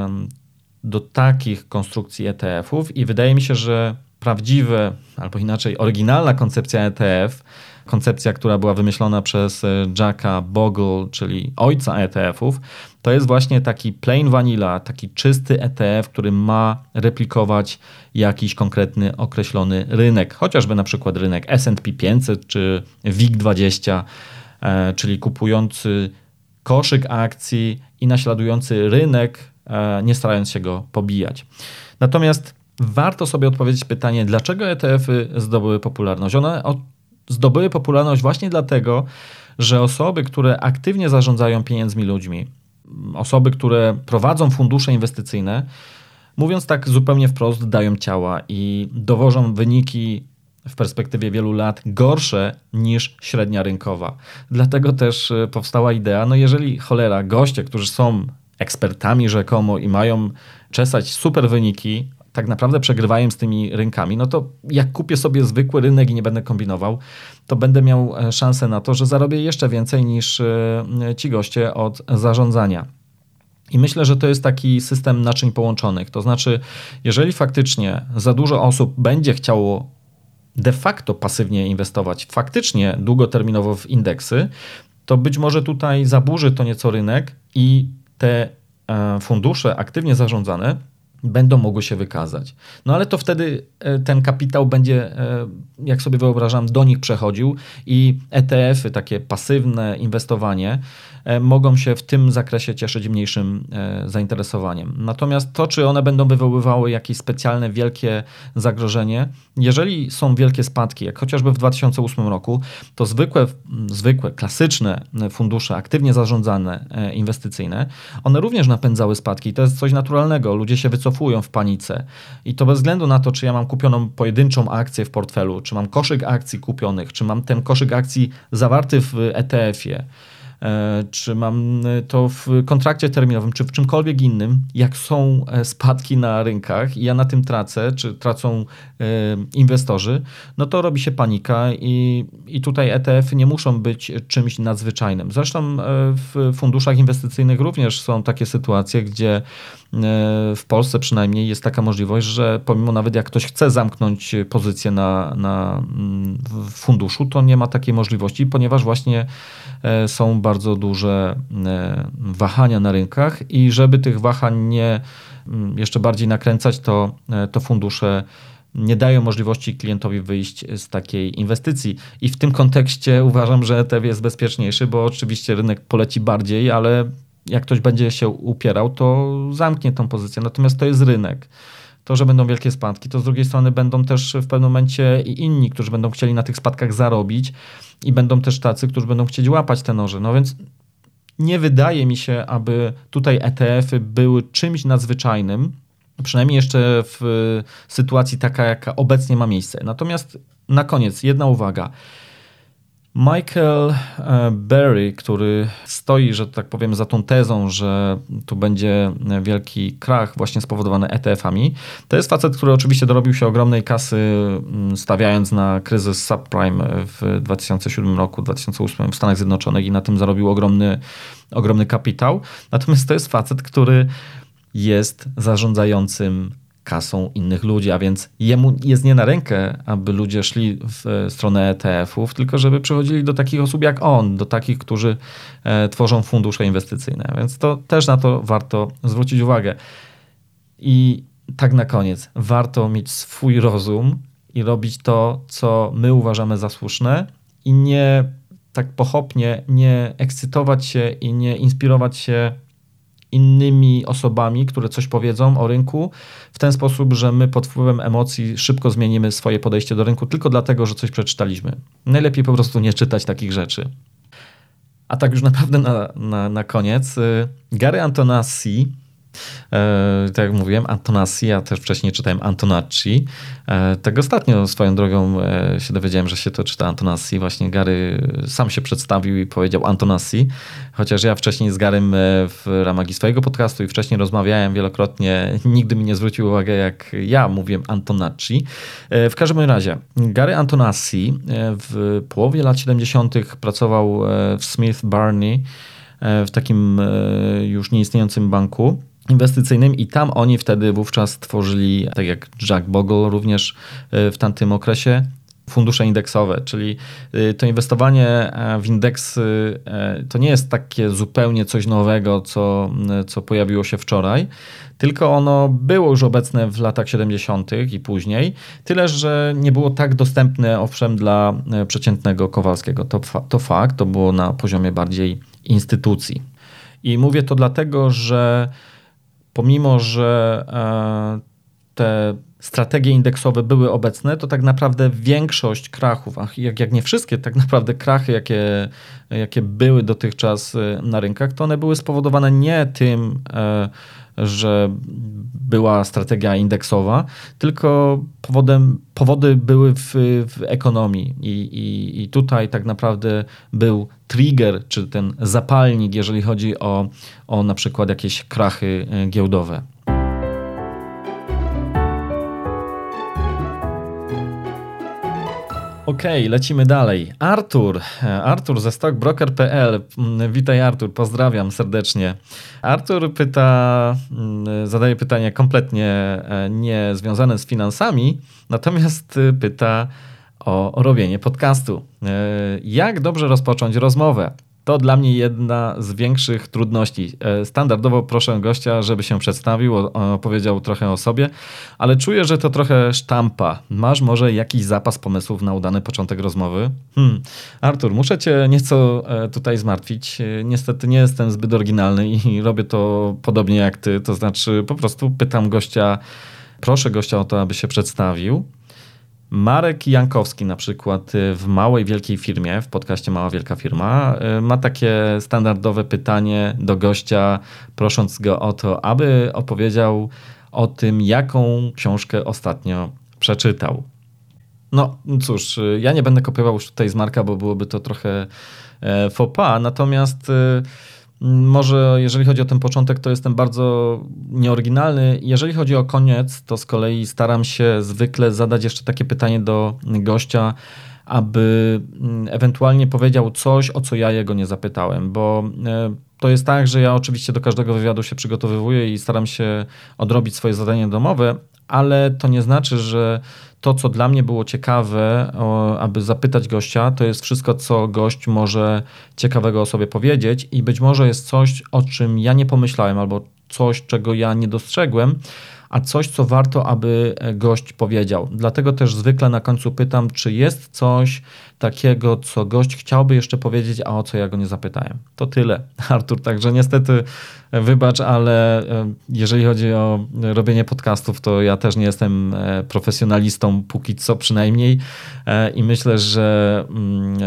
do takich konstrukcji ETF-ów i wydaje mi się, że prawdziwe, albo inaczej oryginalna koncepcja ETF, koncepcja, która była wymyślona przez Jacka Bogle, czyli ojca ETF-ów, to jest właśnie taki plain vanilla, taki czysty ETF, który ma replikować jakiś konkretny, określony rynek, chociażby na przykład rynek S&P 500 czy WIG20, czyli kupujący koszyk akcji i naśladujący rynek, nie starając się go pobijać. Natomiast warto sobie odpowiedzieć pytanie, dlaczego ETF-y zdobyły popularność? One zdobyły popularność właśnie dlatego, że osoby, które aktywnie zarządzają pieniędzmi ludźmi, osoby, które prowadzą fundusze inwestycyjne, mówiąc tak zupełnie wprost, dają ciała i dowożą wyniki w perspektywie wielu lat gorsze niż średnia rynkowa. Dlatego też powstała idea, jeżeli goście, którzy są ekspertami rzekomo i mają czesać super wyniki, tak naprawdę przegrywają z tymi rynkami, to jak kupię sobie zwykły rynek i nie będę kombinował, to będę miał szansę na to, że zarobię jeszcze więcej niż ci goście od zarządzania. I myślę, że to jest taki system naczyń połączonych. To znaczy, jeżeli faktycznie za dużo osób będzie chciało de facto pasywnie inwestować, faktycznie długoterminowo w indeksy, to być może tutaj zaburzy to nieco rynek i te fundusze aktywnie zarządzane będą mogły się wykazać. Ale to wtedy ten kapitał będzie, jak sobie wyobrażam, do nich przechodził i ETF-y, takie pasywne inwestowanie, mogą się w tym zakresie cieszyć mniejszym zainteresowaniem. Natomiast to, czy one będą wywoływały jakieś specjalne, wielkie zagrożenie, jeżeli są wielkie spadki, jak chociażby w 2008 roku, to zwykłe, klasyczne fundusze, aktywnie zarządzane, inwestycyjne, one również napędzały spadki. To jest coś naturalnego. Ludzie się wycofują w panice. I to bez względu na to, czy ja mam kupioną pojedynczą akcję w portfelu, czy mam koszyk akcji kupionych, czy mam ten koszyk akcji zawarty w ETF-ie, czy mam to w kontrakcie terminowym, czy w czymkolwiek innym, jak są spadki na rynkach i ja na tym tracę, czy tracą inwestorzy, to robi się panika i tutaj ETF-y nie muszą być czymś nadzwyczajnym. Zresztą w funduszach inwestycyjnych również są takie sytuacje, gdzie w Polsce przynajmniej jest taka możliwość, że pomimo nawet jak ktoś chce zamknąć pozycję w funduszu, to nie ma takiej możliwości, ponieważ właśnie są bardzo duże wahania na rynkach i żeby tych wahań nie jeszcze bardziej nakręcać, to fundusze nie dają możliwości klientowi wyjść z takiej inwestycji. I w tym kontekście uważam, że ETF jest bezpieczniejszy, bo oczywiście rynek poleci bardziej, ale jak ktoś będzie się upierał, to zamknie tą pozycję. Natomiast to jest rynek. To, że będą wielkie spadki, to z drugiej strony będą też w pewnym momencie i inni, którzy będą chcieli na tych spadkach zarobić i będą też tacy, którzy będą chcieli łapać te noże. Więc nie wydaje mi się, aby tutaj ETF-y były czymś nadzwyczajnym, przynajmniej jeszcze w sytuacji taka, jaka obecnie ma miejsce. Natomiast na koniec jedna uwaga. Michael Burry, który stoi, że tak powiem, za tą tezą, że tu będzie wielki krach właśnie spowodowany ETF-ami, to jest facet, który oczywiście dorobił się ogromnej kasy, stawiając na kryzys subprime w 2007 roku, 2008 w Stanach Zjednoczonych i na tym zarobił ogromny kapitał. Natomiast to jest facet, który jest zarządzającym kasą innych ludzi, a więc jemu jest nie na rękę, aby ludzie szli w stronę ETF-ów, tylko żeby przychodzili do takich osób jak on, do takich, którzy tworzą fundusze inwestycyjne. Więc to też na to warto zwrócić uwagę. I tak na koniec, warto mieć swój rozum i robić to, co my uważamy za słuszne i nie tak pochopnie nie ekscytować się i nie inspirować się innymi osobami, które coś powiedzą o rynku w ten sposób, że my pod wpływem emocji szybko zmienimy swoje podejście do rynku tylko dlatego, że coś przeczytaliśmy. Najlepiej po prostu nie czytać takich rzeczy. A tak już naprawdę na koniec. Gary Antonacci, tak jak mówiłem, Antonacci, ja też wcześniej czytałem Antonacci. Tak ostatnio swoją drogą się dowiedziałem, że się to czyta Antonacci. Właśnie Gary sam się przedstawił i powiedział Antonacci, chociaż ja wcześniej z Garym w ramach swojego podcastu i wcześniej rozmawiałem wielokrotnie, nigdy mi nie zwrócił uwagę, jak ja mówiłem Antonacci. W każdym razie Gary Antonacci w połowie lat 70. pracował w Smith Barney, w takim już nieistniejącym banku inwestycyjnym i tam oni wtedy wówczas tworzyli, tak jak Jack Bogle również w tamtym okresie, fundusze indeksowe, czyli to inwestowanie w indeksy to nie jest takie zupełnie coś nowego, co pojawiło się wczoraj, tylko ono było już obecne w latach 70. i później, tyle że nie było tak dostępne owszem dla przeciętnego Kowalskiego. To fakt, to było na poziomie bardziej instytucji. I mówię to dlatego, że pomimo, że te strategie indeksowe były obecne, to tak naprawdę większość krachów, jak nie wszystkie, tak naprawdę krachy, jakie były dotychczas na rynkach, to one były spowodowane nie tym, że była strategia indeksowa, tylko powody były w ekonomii i tutaj tak naprawdę był trigger, czy ten zapalnik, jeżeli chodzi o na przykład jakieś krachy giełdowe. Okej, lecimy dalej. Artur ze stockbroker.pl. Witaj Artur, pozdrawiam serdecznie. Artur zadaje pytanie kompletnie nie związane z finansami, natomiast pyta o robienie podcastu. Jak dobrze rozpocząć rozmowę? To dla mnie jedna z większych trudności. Standardowo proszę gościa, żeby się przedstawił, opowiedział trochę o sobie, ale czuję, że to trochę sztampa. Masz może jakiś zapas pomysłów na udany początek rozmowy? Artur, muszę cię nieco tutaj zmartwić. Niestety nie jestem zbyt oryginalny i robię to podobnie jak ty. To znaczy po prostu pytam gościa, proszę gościa o to, aby się przedstawił. Marek Jankowski na przykład w Małej Wielkiej Firmie, w podcaście Mała Wielka Firma, ma takie standardowe pytanie do gościa, prosząc go o to, aby opowiedział o tym, jaką książkę ostatnio przeczytał. No cóż, ja nie będę kopiował już tutaj z Marka, bo byłoby to trochę faux pas, natomiast może jeżeli chodzi o ten początek, to jestem bardzo nieoryginalny. Jeżeli chodzi o koniec, to z kolei staram się zwykle zadać jeszcze takie pytanie do gościa, aby ewentualnie powiedział coś, o co ja jego nie zapytałem, bo to jest tak, że ja oczywiście do każdego wywiadu się przygotowywuję i staram się odrobić swoje zadanie domowe, ale to nie znaczy, że to, co dla mnie było ciekawe, aby zapytać gościa, to jest wszystko, co gość może ciekawego o sobie powiedzieć i być może jest coś, o czym ja nie pomyślałem albo coś, czego ja nie dostrzegłem, a coś, co warto, aby gość powiedział. Dlatego też zwykle na końcu pytam, czy jest coś takiego, co gość chciałby jeszcze powiedzieć, a o co ja go nie zapytałem. To tyle, Artur. Także niestety wybacz, ale jeżeli chodzi o robienie podcastów, to ja też nie jestem profesjonalistą, póki co przynajmniej. I myślę, że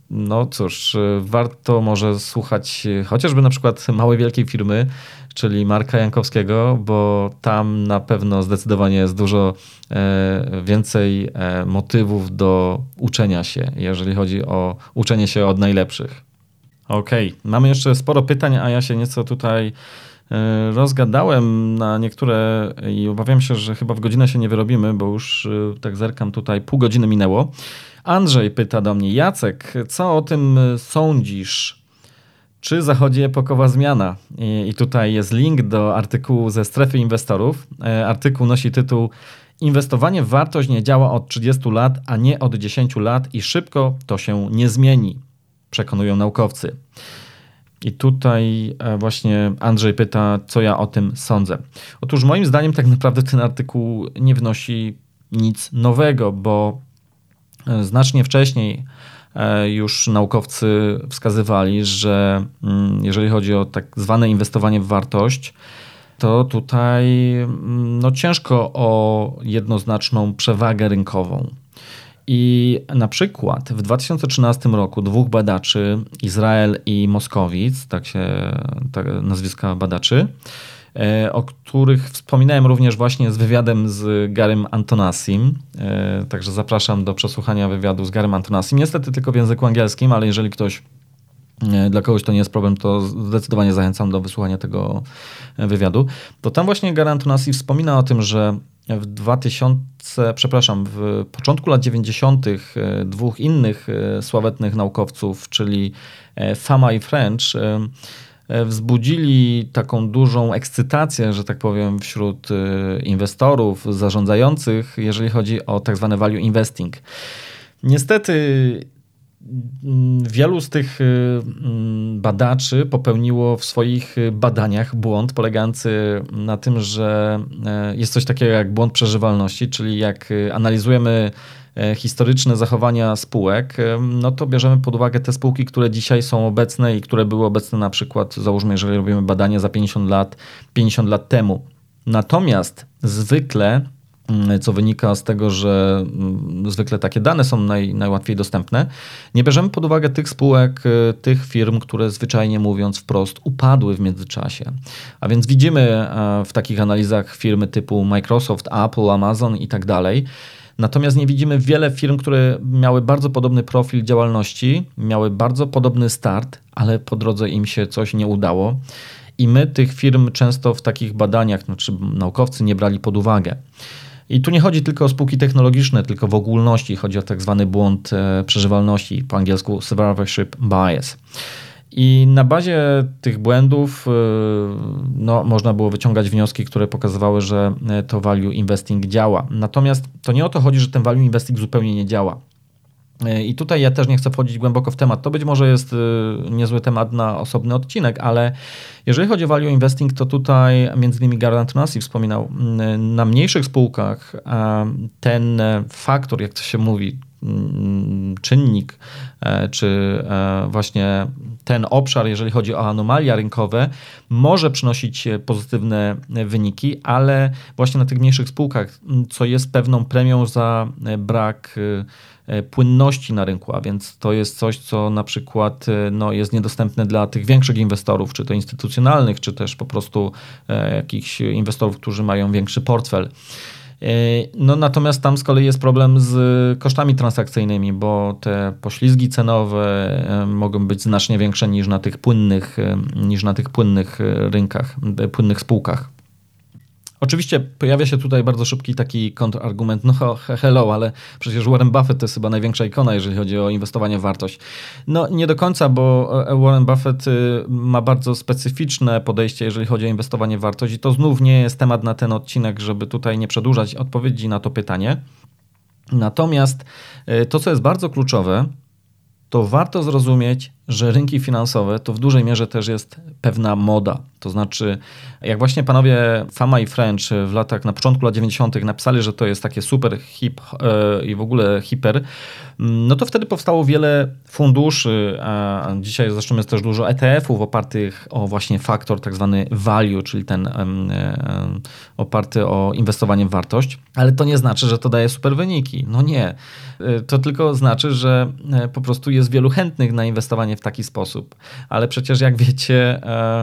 no cóż, warto może słuchać chociażby na przykład Małej Wielkiej Firmy, czyli Marka Jankowskiego, bo tam na pewno zdecydowanie jest dużo więcej motywów do uczenia się, jeżeli chodzi o uczenie się od najlepszych. Okej, mamy jeszcze sporo pytań, a ja się nieco tutaj rozgadałem na niektóre i obawiam się, że chyba w godzinę się nie wyrobimy, bo już tak zerkam tutaj, pół godziny minęło. Andrzej pyta do mnie: Jacek, co o tym sądzisz? Czy zachodzi epokowa zmiana? I tutaj jest link do artykułu ze Strefy Inwestorów. Artykuł nosi tytuł: Inwestowanie w wartość nie działa od 30 lat, a nie od 10 lat i szybko to się nie zmieni, przekonują naukowcy. I tutaj właśnie Andrzej pyta, co ja o tym sądzę. Otóż moim zdaniem tak naprawdę ten artykuł nie wnosi nic nowego, bo znacznie wcześniej już naukowcy wskazywali, że jeżeli chodzi o tak zwane inwestowanie w wartość, to tutaj ciężko o jednoznaczną przewagę rynkową. I na przykład w 2013 roku dwóch badaczy, Izrael i Moskowicz, tak nazwiska badaczy, o których wspominałem również właśnie z wywiadem z Garym Antonassim. Także zapraszam do przesłuchania wywiadu z Garym Antonassim. Niestety tylko w języku angielskim, ale jeżeli dla kogoś to nie jest problem, to zdecydowanie zachęcam do wysłuchania tego wywiadu. To tam właśnie Gary Antonassi wspomina o tym, że w początku lat 90. dwóch innych sławetnych naukowców, czyli Fama i French, wzbudzili taką dużą ekscytację, że tak powiem, wśród inwestorów, zarządzających, jeżeli chodzi o tak zwane value investing. Niestety wielu z tych badaczy popełniło w swoich badaniach błąd polegający na tym, że jest coś takiego jak błąd przeżywalności, czyli jak analizujemy historyczne zachowania spółek, no to bierzemy pod uwagę te spółki, które dzisiaj są obecne i które były obecne na przykład, załóżmy, jeżeli robimy badanie za 50 lat temu. Natomiast zwykle, co wynika z tego, że zwykle takie dane są najłatwiej dostępne, nie bierzemy pod uwagę tych spółek, tych firm, które zwyczajnie mówiąc wprost upadły w międzyczasie. A więc widzimy w takich analizach firmy typu Microsoft, Apple, Amazon i tak dalej. Natomiast nie widzimy wiele firm, które miały bardzo podobny profil działalności, miały bardzo podobny start, ale po drodze im się coś nie udało. I my tych firm często w takich badaniach, naukowcy nie brali pod uwagę. I tu nie chodzi tylko o spółki technologiczne, tylko w ogólności chodzi o tak zwany błąd przeżywalności, po angielsku survivorship bias. I na bazie tych błędów można było wyciągać wnioski, które pokazywały, że to value investing działa. Natomiast to nie o to chodzi, że ten value investing zupełnie nie działa. I tutaj ja też nie chcę wchodzić głęboko w temat. To być może jest niezły temat na osobny odcinek, ale jeżeli chodzi o value investing, to tutaj między innymi Gary Antonassi wspominał, na mniejszych spółkach ten faktor, jak to się mówi, czynnik, czy właśnie ten obszar, jeżeli chodzi o anomalia rynkowe, może przynosić pozytywne wyniki, ale właśnie na tych mniejszych spółkach, co jest pewną premią za brak płynności na rynku, a więc to jest coś, co na przykład jest niedostępne dla tych większych inwestorów, czy to instytucjonalnych, czy też po prostu jakichś inwestorów, którzy mają większy portfel. Natomiast tam z kolei jest problem z kosztami transakcyjnymi, bo te poślizgi cenowe mogą być znacznie większe niż na tych płynnych rynkach, płynnych spółkach. Oczywiście pojawia się tutaj bardzo szybki taki kontrargument, ale przecież Warren Buffett to jest chyba największa ikona, jeżeli chodzi o inwestowanie w wartość. Nie do końca, bo Warren Buffett ma bardzo specyficzne podejście, jeżeli chodzi o inwestowanie w wartość i to znów nie jest temat na ten odcinek, żeby tutaj nie przedłużać odpowiedzi na to pytanie. Natomiast to, co jest bardzo kluczowe, to warto zrozumieć, że rynki finansowe to w dużej mierze też jest pewna moda. To znaczy, jak właśnie panowie Fama i French na początku lat 90. napisali, że to jest takie super hip i w ogóle hiper, no to wtedy powstało wiele funduszy, a dzisiaj zresztą jest też dużo ETF-ów opartych o właśnie faktor tak zwany value, czyli ten oparty o inwestowanie w wartość, ale to nie znaczy, że to daje super wyniki. No nie. To tylko znaczy, że po prostu jest wielu chętnych na inwestowanie w taki sposób. Ale przecież jak wiecie,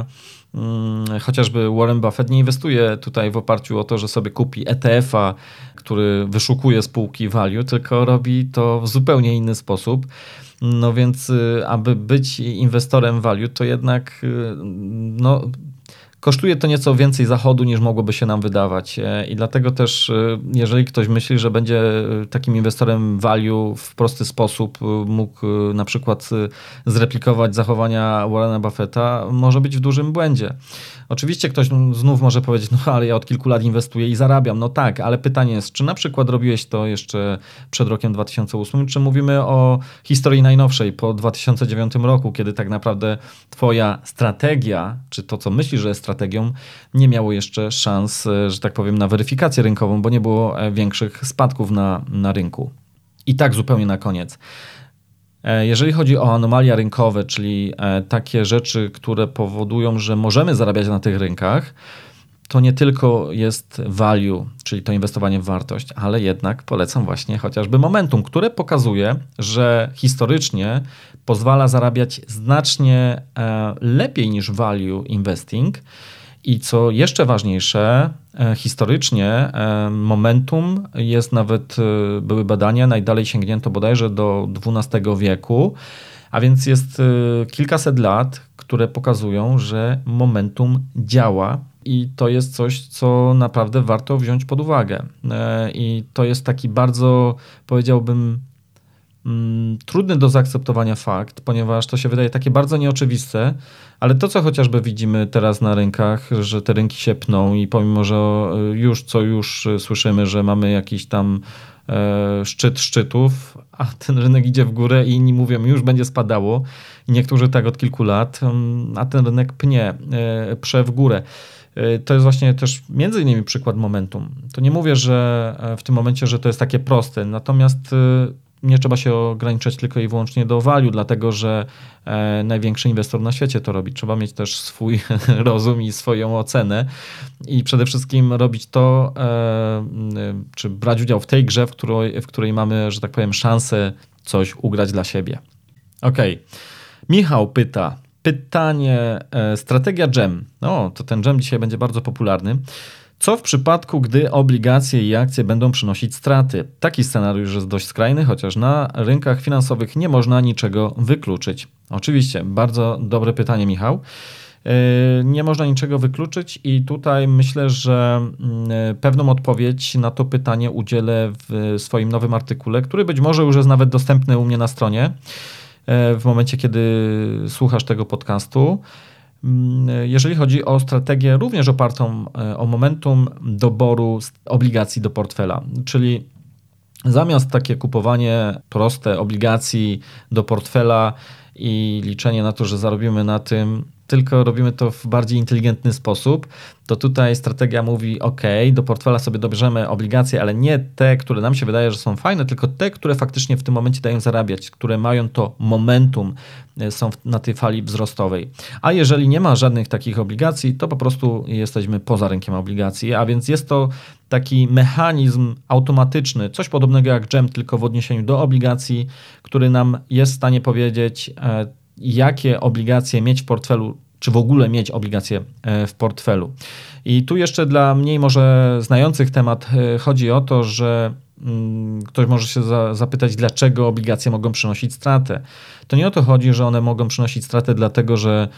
chociażby Warren Buffett nie inwestuje tutaj w oparciu o to, że sobie kupi ETF-a, który wyszukuje spółki value, tylko robi to w zupełnie inny sposób. No więc aby być inwestorem value, to jednak kosztuje to nieco więcej zachodu, niż mogłoby się nam wydawać. I dlatego też, jeżeli ktoś myśli, że będzie takim inwestorem value w prosty sposób mógł na przykład zreplikować zachowania Warrena Buffetta, może być w dużym błędzie. Oczywiście ktoś znów może powiedzieć, no ale ja od kilku lat inwestuję i zarabiam. No tak, ale pytanie jest, czy na przykład robiłeś to jeszcze przed rokiem 2008, czy mówimy o historii najnowszej, po 2009 roku, kiedy tak naprawdę twoja strategia, czy to, co myślisz, że jest strategią, nie miało jeszcze szans, że tak powiem, na weryfikację rynkową, bo nie było większych spadków na rynku. I tak zupełnie na koniec. Jeżeli chodzi o anomalia rynkowe, czyli takie rzeczy, które powodują, że możemy zarabiać na tych rynkach, to nie tylko jest value, czyli to inwestowanie w wartość, ale jednak polecam właśnie chociażby momentum, które pokazuje, że historycznie pozwala zarabiać znacznie lepiej niż value investing. I co jeszcze ważniejsze, historycznie momentum jest nawet, były badania, najdalej sięgnięto bodajże do XII wieku, a więc jest kilkaset lat, które pokazują, że momentum działa i to jest coś, co naprawdę warto wziąć pod uwagę. I to jest taki bardzo, powiedziałbym, trudny do zaakceptowania fakt, ponieważ to się wydaje takie bardzo nieoczywiste, ale to, co chociażby widzimy teraz na rynkach, że te rynki się pną i pomimo, że już słyszymy, że mamy jakiś tam szczyt szczytów, a ten rynek idzie w górę i inni mówią, już będzie spadało i niektórzy tak od kilku lat, a ten rynek prze w górę. To jest właśnie też między innymi przykład momentum. To nie mówię, że w tym momencie, że to jest takie proste, natomiast nie trzeba się ograniczać tylko i wyłącznie do value, dlatego że największy inwestor na świecie to robi. Trzeba mieć też swój rozum i swoją ocenę i przede wszystkim robić to, czy brać udział w tej grze, w której mamy, że tak powiem, szansę coś ugrać dla siebie. Okej. Michał pyta. Pytanie, strategia GEM. To ten GEM dzisiaj będzie bardzo popularny. Co w przypadku, gdy obligacje i akcje będą przynosić straty? Taki scenariusz jest dość skrajny, chociaż na rynkach finansowych nie można niczego wykluczyć. Oczywiście, bardzo dobre pytanie, Michał. Nie można niczego wykluczyć i tutaj myślę, że pewną odpowiedź na to pytanie udzielę w swoim nowym artykule, który być może już jest nawet dostępny u mnie na stronie w momencie, kiedy słuchasz tego podcastu. Jeżeli chodzi o strategię również opartą o momentum doboru obligacji do portfela, czyli zamiast takie kupowanie proste obligacji do portfela i liczenie na to, że zarobimy na tym, tylko robimy to w bardziej inteligentny sposób, to tutaj strategia mówi, do portfela sobie dobierzemy obligacje, ale nie te, które nam się wydaje, że są fajne, tylko te, które faktycznie w tym momencie dają zarabiać, które mają to momentum, są na tej fali wzrostowej. A jeżeli nie ma żadnych takich obligacji, to po prostu jesteśmy poza rynkiem obligacji, a więc jest to taki mechanizm automatyczny, coś podobnego jak GEM, tylko w odniesieniu do obligacji, który nam jest w stanie powiedzieć, jakie obligacje mieć w portfelu, czy w ogóle mieć obligacje w portfelu. I tu jeszcze dla mniej może znających temat chodzi o to, że ktoś może się zapytać, dlaczego obligacje mogą przynosić stratę. To nie o to chodzi, że one mogą przynosić stratę dlatego,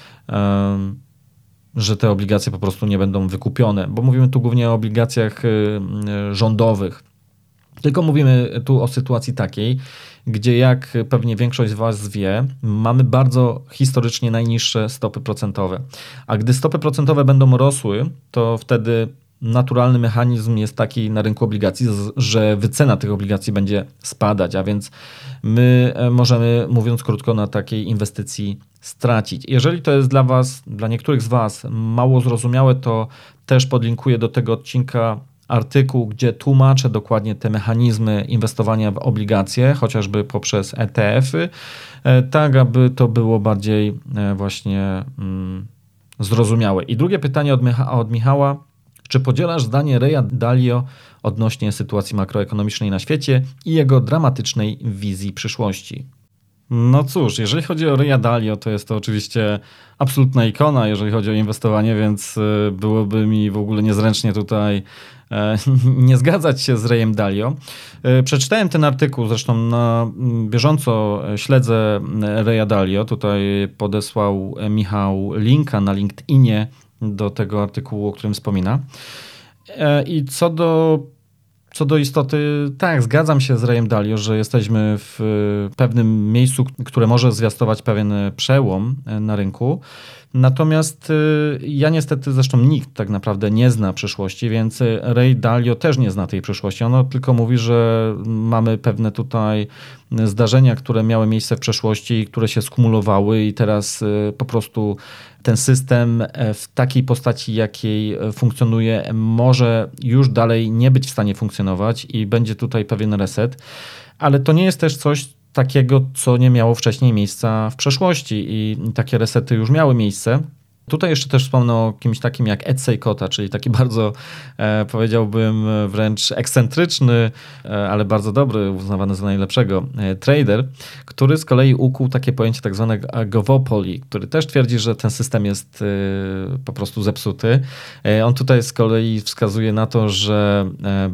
że te obligacje po prostu nie będą wykupione, bo mówimy tu głównie o obligacjach rządowych. Tylko mówimy tu o sytuacji takiej, gdzie jak pewnie większość z Was wie, mamy bardzo historycznie najniższe stopy procentowe. A gdy stopy procentowe będą rosły, to wtedy naturalny mechanizm jest taki na rynku obligacji, że wycena tych obligacji będzie spadać, a więc my możemy, mówiąc krótko, na takiej inwestycji stracić. Jeżeli to jest dla Was, dla niektórych z Was mało zrozumiałe, to też podlinkuję do tego odcinka artykuł, gdzie tłumaczę dokładnie te mechanizmy inwestowania w obligacje, chociażby poprzez ETF-y, tak aby to było bardziej właśnie zrozumiałe. I drugie pytanie od Michała. Czy podzielasz zdanie Raya Dalio odnośnie sytuacji makroekonomicznej na świecie i jego dramatycznej wizji przyszłości? No cóż, jeżeli chodzi o Raya Dalio, to jest to oczywiście absolutna ikona, jeżeli chodzi o inwestowanie, więc byłoby mi w ogóle niezręcznie tutaj nie zgadzać się z Rayem Dalio. Przeczytałem ten artykuł, zresztą na bieżąco śledzę Raya Dalio. Tutaj podesłał Michał linka na LinkedInie do tego artykułu, o którym wspomina. I co do istoty, tak, zgadzam się z Rayem Dalio, że jesteśmy w pewnym miejscu, które może zwiastować pewien przełom na rynku. Natomiast ja niestety, zresztą nikt tak naprawdę nie zna przyszłości, więc Ray Dalio też nie zna tej przyszłości. Ono tylko mówi, że mamy pewne tutaj zdarzenia, które miały miejsce w przeszłości, które się skumulowały i teraz po prostu ten system w takiej postaci, jakiej funkcjonuje, może już dalej nie być w stanie funkcjonować i będzie tutaj pewien reset. Ale to nie jest też coś takiego, co nie miało wcześniej miejsca w przeszłości i takie resety już miały miejsce. Tutaj jeszcze też wspomnę o kimś takim jak Ed Seykota, czyli taki bardzo, powiedziałbym, wręcz ekscentryczny, ale bardzo dobry, uznawany za najlepszego trader, który z kolei ukuł takie pojęcie tak zwanego gowopoly, który też twierdzi, że ten system jest po prostu zepsuty. On tutaj z kolei wskazuje na to, że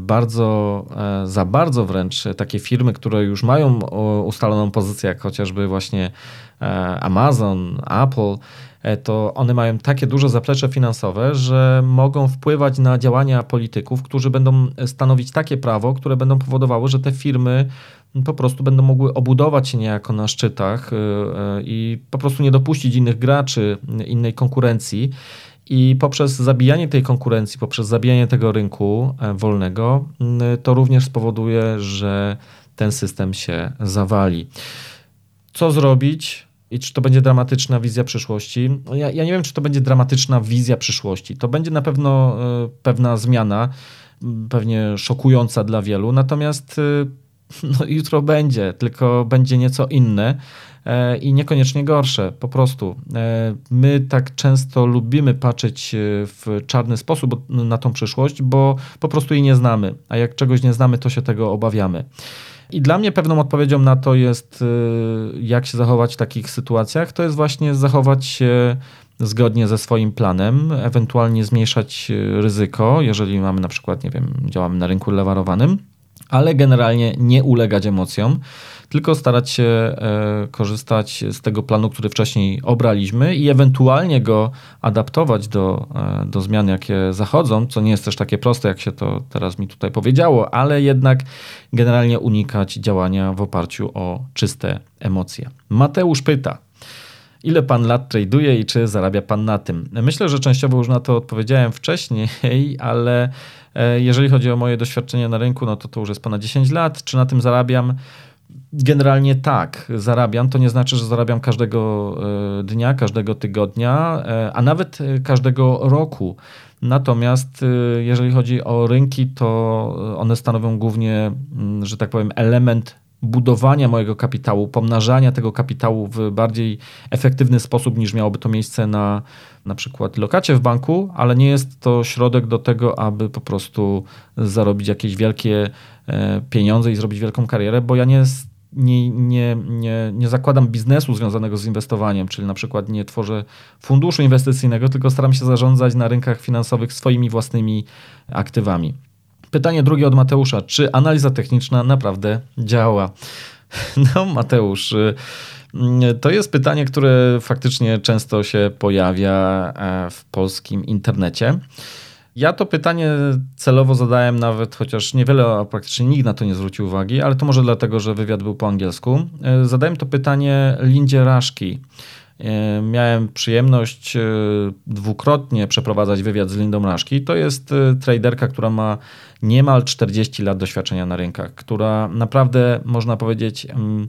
za bardzo wręcz takie firmy, które już mają ustaloną pozycję, jak chociażby właśnie Amazon, Apple, to one mają takie duże zaplecze finansowe, że mogą wpływać na działania polityków, którzy będą stanowić takie prawo, które będą powodowały, że te firmy po prostu będą mogły obudować się niejako na szczytach i po prostu nie dopuścić innych graczy, innej konkurencji. I poprzez zabijanie tej konkurencji, poprzez zabijanie tego rynku wolnego, to również spowoduje, że ten system się zawali. Co zrobić? I czy to będzie dramatyczna wizja przyszłości? Ja nie wiem, czy to będzie dramatyczna wizja przyszłości. To będzie na pewno pewna zmiana, pewnie szokująca dla wielu, natomiast jutro będzie, tylko będzie nieco inne i niekoniecznie gorsze. Po prostu my tak często lubimy patrzeć w czarny sposób na tą przyszłość, bo po prostu jej nie znamy, a jak czegoś nie znamy, to się tego obawiamy. I dla mnie pewną odpowiedzią na to jest, jak się zachować w takich sytuacjach, to jest właśnie zachować się zgodnie ze swoim planem, ewentualnie zmniejszać ryzyko, jeżeli mamy na przykład, nie wiem, działamy na rynku lewarowanym, ale generalnie nie ulegać emocjom, tylko starać się korzystać z tego planu, który wcześniej obraliśmy i ewentualnie go adaptować do zmian, jakie zachodzą, co nie jest też takie proste, jak się to teraz mi tutaj powiedziało, ale jednak generalnie unikać działania w oparciu o czyste emocje. Mateusz pyta: ile pan lat traduje i czy zarabia pan na tym? Myślę, że częściowo już na to odpowiedziałem wcześniej, ale jeżeli chodzi o moje doświadczenie na rynku, no to już jest ponad 10 lat. Czy na tym zarabiam? Generalnie tak, zarabiam. To nie znaczy, że zarabiam każdego dnia, każdego tygodnia, a nawet każdego roku. Natomiast jeżeli chodzi o rynki, to one stanowią głównie, że tak powiem, element budowania mojego kapitału, pomnażania tego kapitału w bardziej efektywny sposób niż miałoby to miejsce na przykład lokacie w banku, ale nie jest to środek do tego, aby po prostu zarobić jakieś wielkie pieniądze i zrobić wielką karierę, bo ja nie zakładam biznesu związanego z inwestowaniem, czyli na przykład nie tworzę funduszu inwestycyjnego, tylko staram się zarządzać na rynkach finansowych swoimi własnymi aktywami. Pytanie drugie od Mateusza. Czy analiza techniczna naprawdę działa? No Mateusz, to jest pytanie, które faktycznie często się pojawia w polskim internecie. Ja to pytanie celowo zadałem nawet, chociaż niewiele, a praktycznie nikt na to nie zwrócił uwagi, ale to może dlatego, że wywiad był po angielsku. Zadałem to pytanie Lindzie Raszki. miałem przyjemność dwukrotnie przeprowadzać wywiad z Lindą Rashki. To jest traderka, która ma niemal 40 lat doświadczenia na rynkach, która naprawdę, można powiedzieć,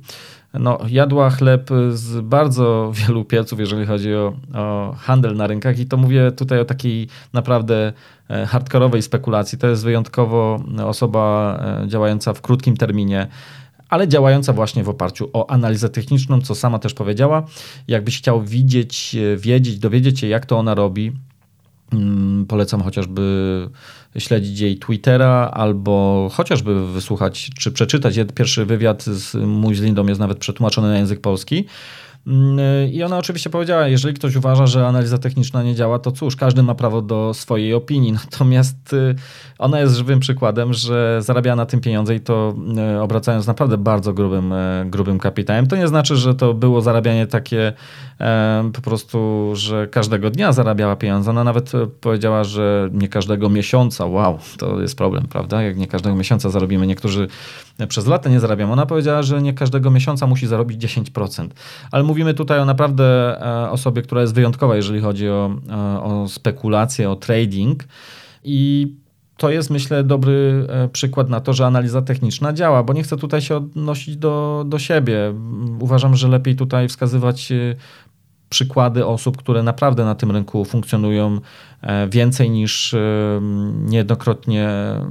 jadła chleb z bardzo wielu pieców, jeżeli chodzi o handel na rynkach, i to mówię tutaj o takiej naprawdę hardkorowej spekulacji. To jest wyjątkowo osoba działająca w krótkim terminie, ale działająca właśnie w oparciu o analizę techniczną, co sama też powiedziała. Jakbyś chciał dowiedzieć się, jak to ona robi, polecam chociażby śledzić jej Twittera, albo chociażby wysłuchać czy przeczytać. Pierwszy wywiad mój z Lindą jest nawet przetłumaczony na język polski. I ona oczywiście powiedziała, jeżeli ktoś uważa, że analiza techniczna nie działa, to cóż, każdy ma prawo do swojej opinii. Natomiast ona jest żywym przykładem, że zarabia na tym pieniądze i to obracając naprawdę bardzo grubym kapitałem. To nie znaczy, że to było zarabianie takie po prostu, że każdego dnia zarabiała pieniądze. Ona nawet powiedziała, że nie każdego miesiąca. Wow, to jest problem, prawda? Jak nie każdego miesiąca zarobimy. Niektórzy przez lata nie zarabiają. Ona powiedziała, że nie każdego miesiąca musi zarobić 10%. Ale mówimy tutaj o naprawdę osobie, która jest wyjątkowa, jeżeli chodzi o spekulację, o trading. I to jest, myślę, dobry przykład na to, że analiza techniczna działa, bo nie chcę tutaj się odnosić do siebie. Uważam, że lepiej tutaj wskazywać przykłady osób, które naprawdę na tym rynku funkcjonują więcej niż niejednokrotnie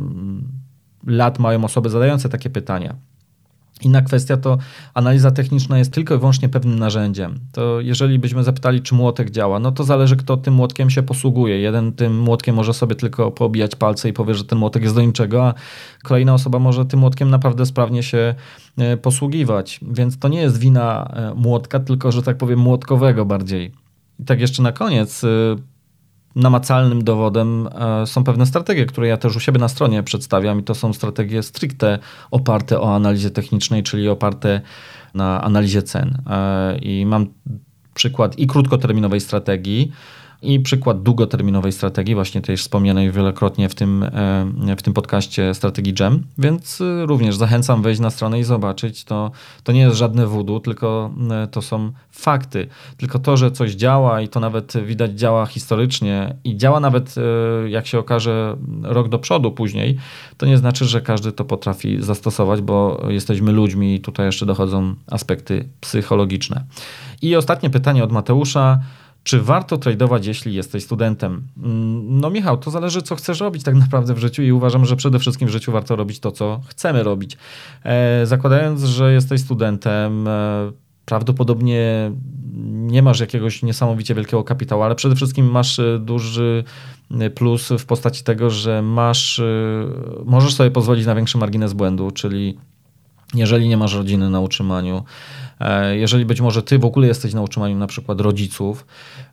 lat mają osoby zadające takie pytania. Inna kwestia to analiza techniczna jest tylko i wyłącznie pewnym narzędziem. To jeżeli byśmy zapytali, czy młotek działa, no to zależy, kto tym młotkiem się posługuje. Jeden tym młotkiem może sobie tylko poobijać palce i powie, że ten młotek jest do niczego, a kolejna osoba może tym młotkiem naprawdę sprawnie się posługiwać. Więc to nie jest wina młotka, tylko, że tak powiem, młotkowego bardziej. I tak jeszcze na koniec, namacalnym dowodem są pewne strategie, które ja też u siebie na stronie przedstawiam, i to są strategie stricte oparte o analizie technicznej, czyli oparte na analizie cen. I mam przykład i krótkoterminowej strategii, i przykład długoterminowej strategii, właśnie tej wspomnianej wielokrotnie w tym podcaście strategii GEM, więc również zachęcam wejść na stronę i zobaczyć. To nie jest żadne voodoo, tylko to są fakty. Tylko to, że coś działa i to nawet widać działa historycznie i działa nawet, jak się okaże, rok do przodu później, to nie znaczy, że każdy to potrafi zastosować, bo jesteśmy ludźmi i tutaj jeszcze dochodzą aspekty psychologiczne. I ostatnie pytanie od Mateusza. Czy warto tradować, jeśli jesteś studentem? No Michał, to zależy, co chcesz robić tak naprawdę w życiu, i uważam, że przede wszystkim w życiu warto robić to, co chcemy robić. Zakładając, że jesteś studentem, prawdopodobnie nie masz jakiegoś niesamowicie wielkiego kapitału, ale przede wszystkim masz duży plus w postaci tego, że możesz sobie pozwolić na większy margines błędu, czyli jeżeli nie masz rodziny na utrzymaniu, jeżeli być może ty w ogóle jesteś na utrzymaniu na przykład rodziców,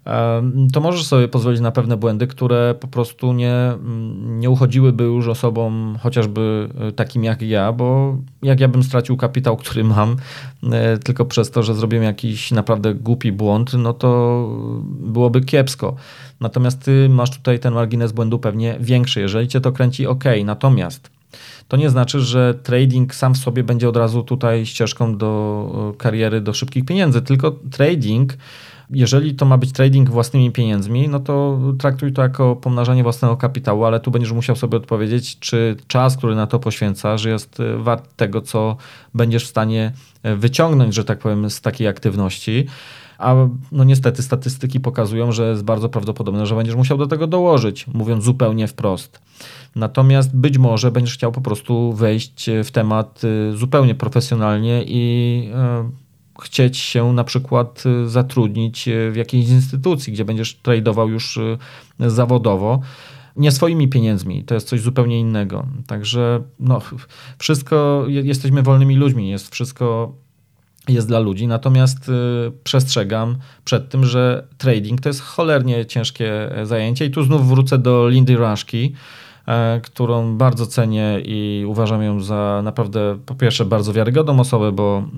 to możesz sobie pozwolić na pewne błędy, które po prostu nie uchodziłyby już osobom chociażby takim jak ja, bo jak ja bym stracił kapitał, który mam, tylko przez to, że zrobiłem jakiś naprawdę głupi błąd, no to byłoby kiepsko. Natomiast ty masz tutaj ten margines błędu pewnie większy, jeżeli cię to kręci, natomiast to nie znaczy, że trading sam w sobie będzie od razu tutaj ścieżką do kariery, do szybkich pieniędzy, tylko trading, jeżeli to ma być trading własnymi pieniędzmi, no to traktuj to jako pomnażanie własnego kapitału, ale tu będziesz musiał sobie odpowiedzieć, czy czas, który na to poświęcasz, jest wart tego, co będziesz w stanie wyciągnąć, że tak powiem, z takiej aktywności. A no niestety statystyki pokazują, że jest bardzo prawdopodobne, że będziesz musiał do tego dołożyć, mówiąc zupełnie wprost. Natomiast być może będziesz chciał po prostu wejść w temat zupełnie profesjonalnie i chcieć się na przykład zatrudnić w jakiejś instytucji, gdzie będziesz tradował już zawodowo. Nie swoimi pieniędzmi, to jest coś zupełnie innego. Także wszystko, jesteśmy wolnymi ludźmi, wszystko jest dla ludzi, natomiast przestrzegam przed tym, że trading to jest cholernie ciężkie zajęcie i tu znów wrócę do Lindy Rashki, którą bardzo cenię i uważam ją za naprawdę, po pierwsze, bardzo wiarygodną osobę,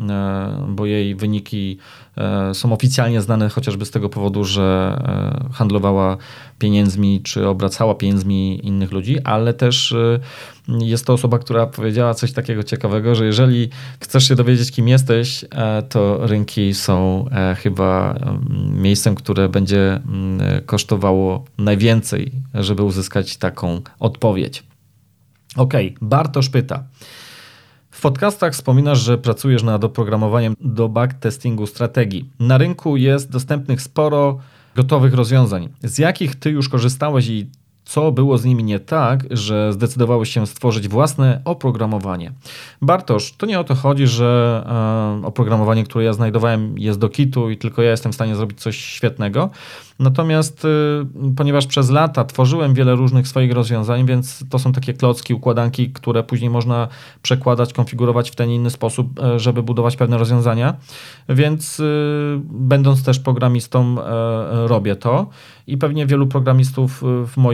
bo jej wyniki są oficjalnie znane chociażby z tego powodu, że handlowała pieniędzmi, czy obracała pieniędzmi innych ludzi, ale też jest to osoba, która powiedziała coś takiego ciekawego, że jeżeli chcesz się dowiedzieć, kim jesteś, to rynki są chyba miejscem, które będzie kosztowało najwięcej, żeby uzyskać taką odpowiedź. Okej, Bartosz pyta. W podcastach wspominasz, że pracujesz nad oprogramowaniem do backtestingu strategii. Na rynku jest dostępnych sporo gotowych rozwiązań. Z jakich ty już korzystałeś i co było z nimi nie tak, że zdecydowałeś się stworzyć własne oprogramowanie? Bartosz, to nie o to chodzi, że oprogramowanie, które ja znajdowałem, jest do kitu i tylko ja jestem w stanie zrobić coś świetnego. Natomiast ponieważ przez lata tworzyłem wiele różnych swoich rozwiązań, więc to są takie klocki, układanki, które później można przekładać, konfigurować w ten inny sposób, żeby budować pewne rozwiązania. Więc będąc też programistą, robię to i pewnie wielu programistów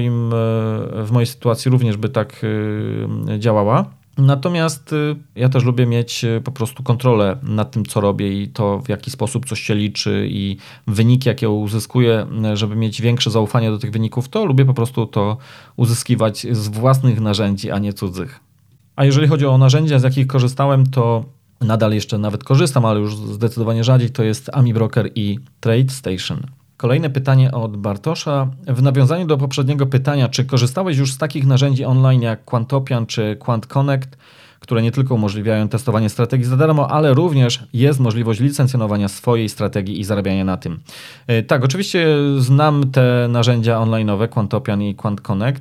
w mojej sytuacji również by tak działała. Natomiast ja też lubię mieć po prostu kontrolę nad tym, co robię i to, w jaki sposób coś się liczy i wyniki, jakie uzyskuję, żeby mieć większe zaufanie do tych wyników, to lubię po prostu to uzyskiwać z własnych narzędzi, a nie cudzych. A jeżeli chodzi o narzędzia, z jakich korzystałem, to nadal jeszcze nawet korzystam, ale już zdecydowanie rzadziej, to jest AmiBroker i TradeStation. Kolejne pytanie od Bartosza. W nawiązaniu do poprzedniego pytania, czy korzystałeś już z takich narzędzi online jak Quantopian czy QuantConnect, które nie tylko umożliwiają testowanie strategii za darmo, ale również jest możliwość licencjonowania swojej strategii i zarabiania na tym. Tak, oczywiście znam te narzędzia online'owe, Quantopian i QuantConnect,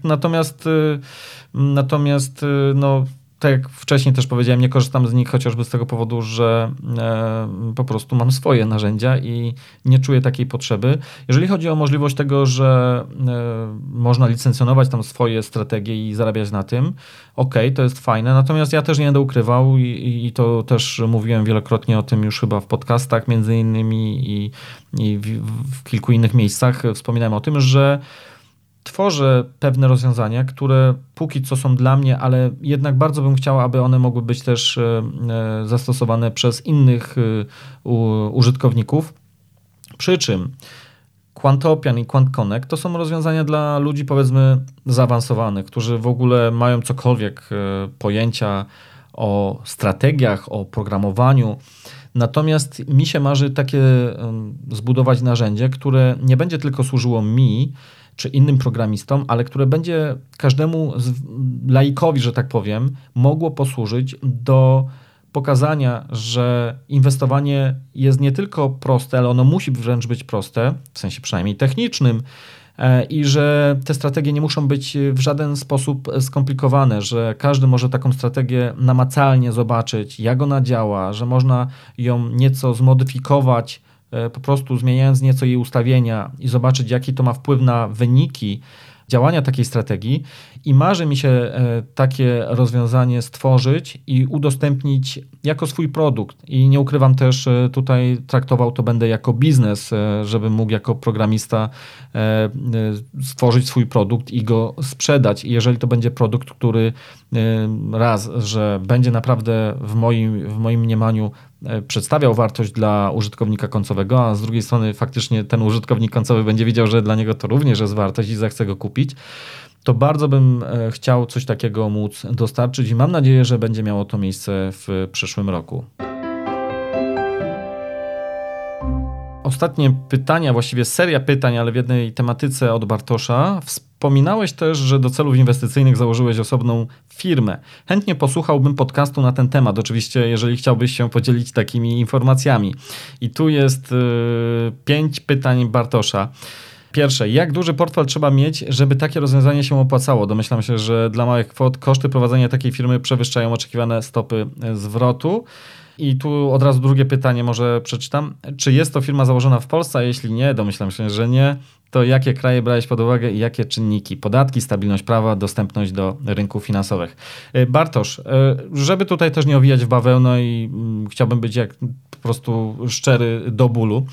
natomiast tak jak wcześniej też powiedziałem, nie korzystam z nich chociażby z tego powodu, że po prostu mam swoje narzędzia i nie czuję takiej potrzeby. Jeżeli chodzi o możliwość tego, że można licencjonować tam swoje strategie i zarabiać na tym, to jest fajne, natomiast ja też nie będę ukrywał i to też mówiłem wielokrotnie o tym już chyba w podcastach między innymi i w kilku innych miejscach wspominałem o tym, że tworzę pewne rozwiązania, które póki co są dla mnie, ale jednak bardzo bym chciał, aby one mogły być też zastosowane przez innych użytkowników. Przy czym Quantopian i QuantConnect to są rozwiązania dla ludzi powiedzmy zaawansowanych, którzy w ogóle mają cokolwiek pojęcia o strategiach, o programowaniu. Natomiast mi się marzy takie zbudować narzędzie, które nie będzie tylko służyło mi, czy innym programistom, ale które będzie każdemu laikowi, że tak powiem, mogło posłużyć do pokazania, że inwestowanie jest nie tylko proste, ale ono musi wręcz być proste, w sensie przynajmniej technicznym, i że te strategie nie muszą być w żaden sposób skomplikowane, że każdy może taką strategię namacalnie zobaczyć, jak ona działa, że można ją nieco zmodyfikować, po prostu zmieniając nieco jej ustawienia i zobaczyć, jaki to ma wpływ na wyniki działania takiej strategii i marzy mi się takie rozwiązanie stworzyć i udostępnić jako swój produkt. I nie ukrywam też, tutaj traktował to będę jako biznes, żebym mógł jako programista stworzyć swój produkt i go sprzedać. I jeżeli to będzie produkt, który raz, że będzie naprawdę w moim mniemaniu przedstawiał wartość dla użytkownika końcowego, a z drugiej strony faktycznie ten użytkownik końcowy będzie widział, że dla niego to również jest wartość i zechce go kupić, to bardzo bym chciał coś takiego móc dostarczyć i mam nadzieję, że będzie miało to miejsce w przyszłym roku. Ostatnie pytania, właściwie seria pytań, ale w jednej tematyce od Bartosza. Wspominałeś też, że do celów inwestycyjnych założyłeś osobną firmę. Chętnie posłuchałbym podcastu na ten temat, oczywiście jeżeli chciałbyś się podzielić takimi informacjami. I tu jest 5 pytań Bartosza. Pierwsze, jak duży portfel trzeba mieć, żeby takie rozwiązanie się opłacało? Domyślam się, że dla małych kwot koszty prowadzenia takiej firmy przewyższają oczekiwane stopy zwrotu. I tu od razu drugie pytanie może przeczytam. Czy jest to firma założona w Polsce? A jeśli nie, domyślam się, że nie, to jakie kraje brałeś pod uwagę i jakie czynniki? Podatki, stabilność prawa, dostępność do rynków finansowych. Bartosz, żeby tutaj też nie owijać w bawełnę i chciałbym być jak po prostu szczery do bólu.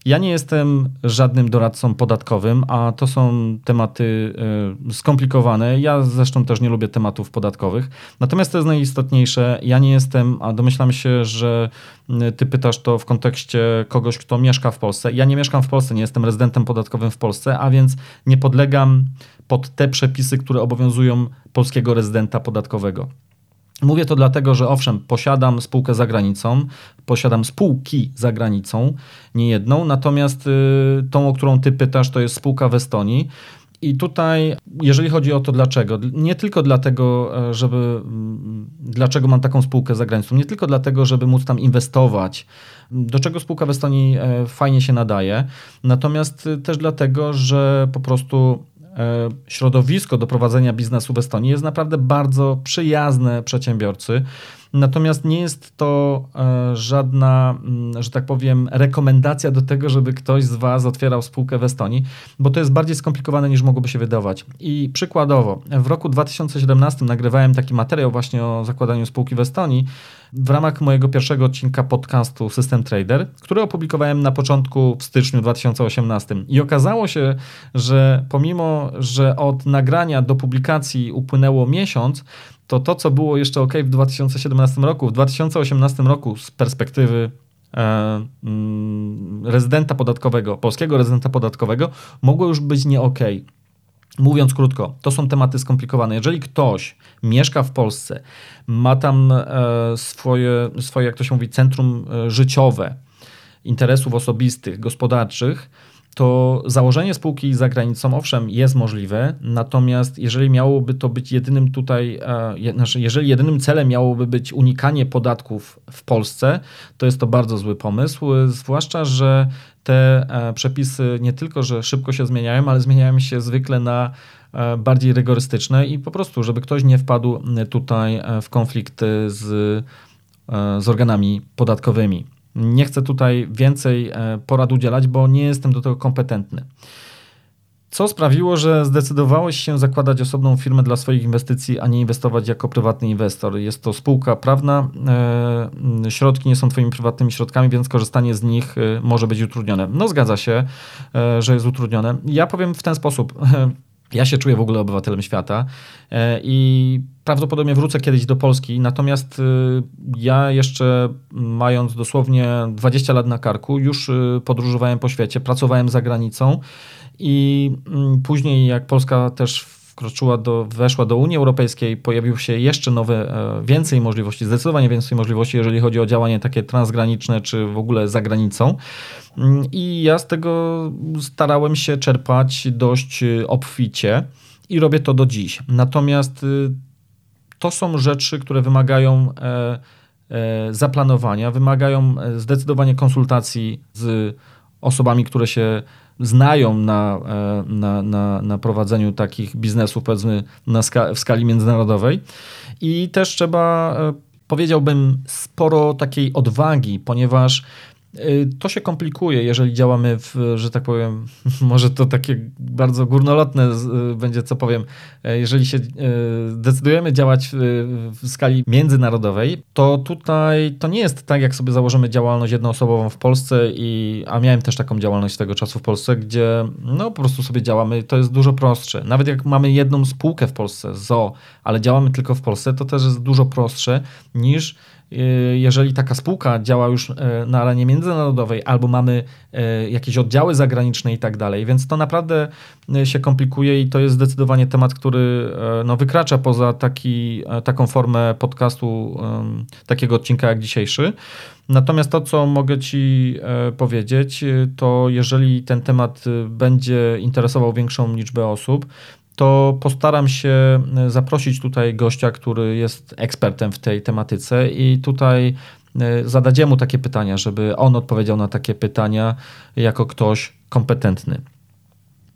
Ja nie jestem żadnym doradcą podatkowym, a to są tematy skomplikowane. Ja zresztą też nie lubię tematów podatkowych. Natomiast to jest najistotniejsze. Ja nie jestem, a domyślam się, że ty pytasz to w kontekście kogoś, kto mieszka w Polsce. Ja nie mieszkam w Polsce, nie jestem rezydentem podatkowym w Polsce, a więc nie podlegam pod te przepisy, które obowiązują polskiego rezydenta podatkowego. Mówię to dlatego, że owszem, posiadam spółkę za granicą, posiadam spółki za granicą, nie jedną, natomiast tą, o którą ty pytasz, to jest spółka w Estonii. I tutaj, jeżeli chodzi o to dlaczego, nie tylko dlatego, dlaczego mam taką spółkę za granicą, nie tylko dlatego, żeby móc tam inwestować, do czego spółka w Estonii fajnie się nadaje, natomiast też dlatego, że po prostu środowisko do prowadzenia biznesu w Estonii jest naprawdę bardzo przyjazne przedsiębiorcy. Natomiast nie jest to żadna, że tak powiem, rekomendacja do tego, żeby ktoś z Was otwierał spółkę w Estonii, bo to jest bardziej skomplikowane niż mogłoby się wydawać. I przykładowo, w roku 2017 nagrywałem taki materiał właśnie o zakładaniu spółki w Estonii w ramach mojego pierwszego odcinka podcastu System Trader, który opublikowałem na początku w styczniu 2018. I okazało się, że pomimo, że od nagrania do publikacji upłynęło miesiąc, to, co było jeszcze ok w 2017 roku, w 2018 roku z perspektywy rezydenta podatkowego, polskiego rezydenta podatkowego, mogło już być nie ok. Mówiąc krótko, to są tematy skomplikowane. Jeżeli ktoś mieszka w Polsce, ma tam swoje, jak to się mówi, centrum życiowe, interesów osobistych, gospodarczych, to założenie spółki za granicą, owszem, jest możliwe, natomiast jeżeli miałoby to być jedynym tutaj, jeżeli jedynym celem miałoby być unikanie podatków w Polsce, to jest to bardzo zły pomysł, zwłaszcza, że te przepisy nie tylko, że szybko się zmieniają, ale zmieniają się zwykle na bardziej rygorystyczne i po prostu, żeby ktoś nie wpadł tutaj w konflikt z organami podatkowymi. Nie chcę tutaj więcej porad udzielać, bo nie jestem do tego kompetentny. Co sprawiło, że zdecydowałeś się zakładać osobną firmę dla swoich inwestycji, a nie inwestować jako prywatny inwestor? Jest to spółka prawna, środki nie są twoimi prywatnymi środkami, więc korzystanie z nich może być utrudnione. No zgadza się, że jest utrudnione. Ja powiem w ten sposób. Ja się czuję w ogóle obywatelem świata i prawdopodobnie wrócę kiedyś do Polski, natomiast ja jeszcze mając dosłownie 20 lat na karku już podróżowałem po świecie, pracowałem za granicą i później jak Polska też weszła do Unii Europejskiej, pojawiły się jeszcze nowe, więcej możliwości, zdecydowanie więcej możliwości, jeżeli chodzi o działanie takie transgraniczne, czy w ogóle za granicą. I ja z tego starałem się czerpać dość obficie i robię to do dziś. Natomiast to są rzeczy, które wymagają zaplanowania, wymagają zdecydowanie konsultacji z osobami, które się znają na prowadzeniu takich biznesów, powiedzmy, w skali międzynarodowej. I też trzeba, powiedziałbym, sporo takiej odwagi, ponieważ to się komplikuje, jeżeli działamy że tak powiem, może to takie bardzo górnolotne będzie, co powiem, jeżeli się decydujemy działać w skali międzynarodowej, to tutaj to nie jest tak, jak sobie założymy działalność jednoosobową w Polsce, a miałem też taką działalność swego czasu w Polsce, gdzie no po prostu sobie działamy, to jest dużo prostsze. Nawet jak mamy jedną spółkę w Polsce, ale działamy tylko w Polsce, to też jest dużo prostsze niż jeżeli taka spółka działa już na arenie międzynarodowej albo mamy jakieś oddziały zagraniczne i tak dalej, więc to naprawdę się komplikuje i to jest zdecydowanie temat, który wykracza poza taką formę podcastu, takiego odcinka jak dzisiejszy. Natomiast to, co mogę Ci powiedzieć, to jeżeli ten temat będzie interesował większą liczbę osób, to postaram się zaprosić tutaj gościa, który jest ekspertem w tej tematyce i tutaj zadać mu takie pytania, żeby on odpowiedział na takie pytania jako ktoś kompetentny.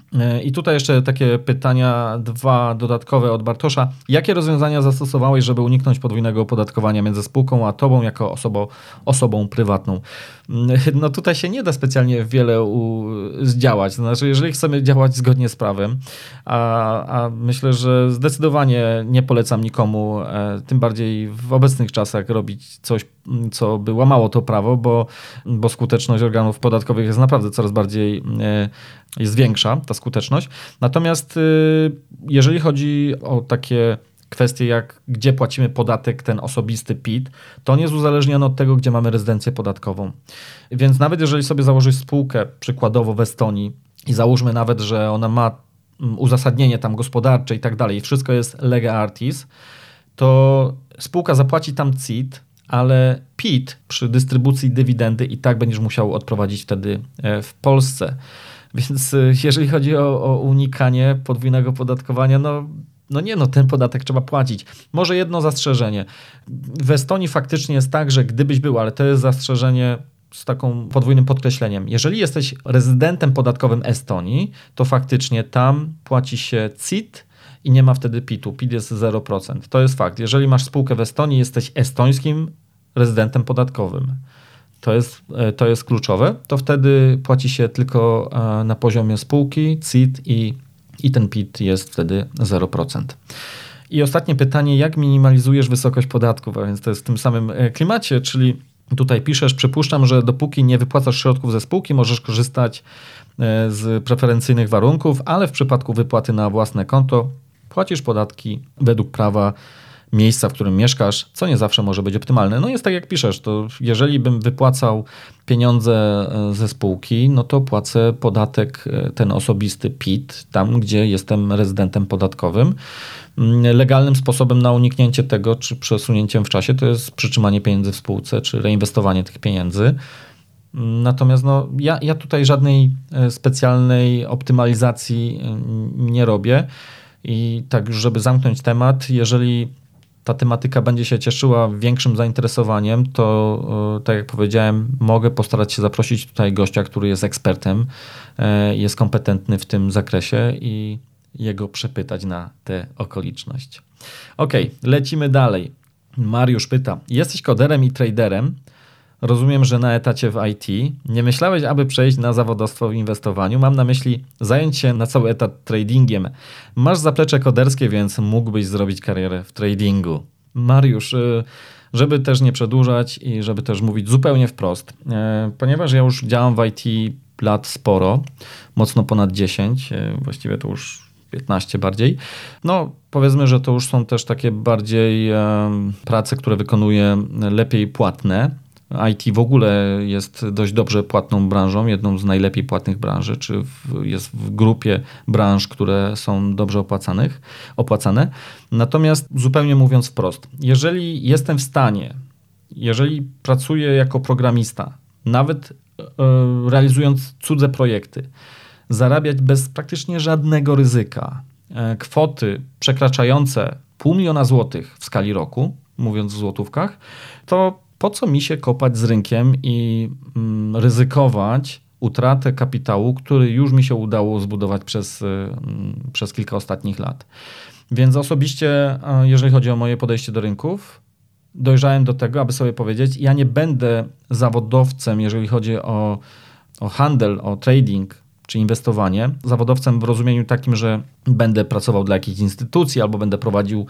I tutaj jeszcze takie pytania, 2 dodatkowe od Bartosza. Jakie rozwiązania zastosowałeś, żeby uniknąć podwójnego opodatkowania między spółką a tobą jako osobą prywatną? No tutaj się nie da specjalnie wiele zdziałać. Znaczy, jeżeli chcemy działać zgodnie z prawem, a myślę, że zdecydowanie nie polecam nikomu, tym bardziej w obecnych czasach robić coś, co by łamało to prawo, bo skuteczność organów podatkowych jest naprawdę coraz bardziej jest większa, ta skuteczność. Natomiast jeżeli chodzi o takie kwestie jak gdzie płacimy podatek, ten osobisty PIT, to on jest uzależniony od tego, gdzie mamy rezydencję podatkową. Więc nawet jeżeli sobie założysz spółkę, przykładowo w Estonii i załóżmy nawet, że ona ma uzasadnienie tam gospodarcze i tak dalej, wszystko jest lege artis, to spółka zapłaci tam CIT, ale PIT przy dystrybucji dywidendy i tak będziesz musiał odprowadzić wtedy w Polsce. Więc jeżeli chodzi o unikanie podwójnego opodatkowania, ten podatek trzeba płacić. Może jedno zastrzeżenie. W Estonii faktycznie jest tak, że gdybyś był, ale to jest zastrzeżenie z taką podwójnym podkreśleniem. Jeżeli jesteś rezydentem podatkowym Estonii, to faktycznie tam płaci się CIT i nie ma wtedy PIT-u. PIT jest 0%. To jest fakt. Jeżeli masz spółkę w Estonii, jesteś estońskim rezydentem podatkowym. To jest kluczowe. To wtedy płaci się tylko na poziomie spółki CIT i ten PIT jest wtedy 0%. I ostatnie pytanie, jak minimalizujesz wysokość podatków? A więc to jest w tym samym klimacie, czyli tutaj piszesz, przypuszczam, że dopóki nie wypłacasz środków ze spółki, możesz korzystać z preferencyjnych warunków, ale w przypadku wypłaty na własne konto płacisz podatki według prawa miejsca, w którym mieszkasz, co nie zawsze może być optymalne. No jest tak jak piszesz, to jeżeli bym wypłacał pieniądze ze spółki, no to płacę podatek ten osobisty PIT, tam gdzie jestem rezydentem podatkowym. Legalnym sposobem na uniknięcie tego, czy przesunięciem w czasie, to jest przytrzymanie pieniędzy w spółce, czy reinwestowanie tych pieniędzy. Natomiast ja tutaj żadnej specjalnej optymalizacji nie robię. I tak, żeby zamknąć temat, jeżeli ta tematyka będzie się cieszyła większym zainteresowaniem, to tak jak powiedziałem, mogę postarać się zaprosić tutaj gościa, który jest ekspertem, jest kompetentny w tym zakresie i jego przepytać na tę okoliczność. Okej, lecimy dalej. Mariusz pyta, jesteś koderem i traderem, rozumiem, że na etacie w IT. Nie myślałeś, aby przejść na zawodowstwo w inwestowaniu? Mam na myśli zająć się na cały etat tradingiem. Masz zaplecze koderskie, więc mógłbyś zrobić karierę w tradingu. Mariusz, żeby też nie przedłużać i żeby też mówić zupełnie wprost, ponieważ ja już działam w IT lat sporo, mocno ponad 10, właściwie to już 15 bardziej. No powiedzmy, że to już są też takie bardziej prace, które wykonuję lepiej płatne. IT w ogóle jest dość dobrze płatną branżą, jedną z najlepiej płatnych branży, czy jest w grupie branż, które są dobrze opłacane. Natomiast zupełnie mówiąc wprost, jeżeli jestem w stanie, jeżeli pracuję jako programista, nawet realizując cudze projekty, zarabiać bez praktycznie żadnego ryzyka kwoty przekraczające 500 000 złotych w skali roku, mówiąc w złotówkach, to po co mi się kopać z rynkiem i ryzykować utratę kapitału, który już mi się udało zbudować przez kilka ostatnich lat. Więc osobiście, jeżeli chodzi o moje podejście do rynków, dojrzałem do tego, aby sobie powiedzieć, ja nie będę zawodowcem, jeżeli chodzi o handel, o trading czy inwestowanie. Zawodowcem w rozumieniu takim, że będę pracował dla jakiejś instytucji albo będę prowadził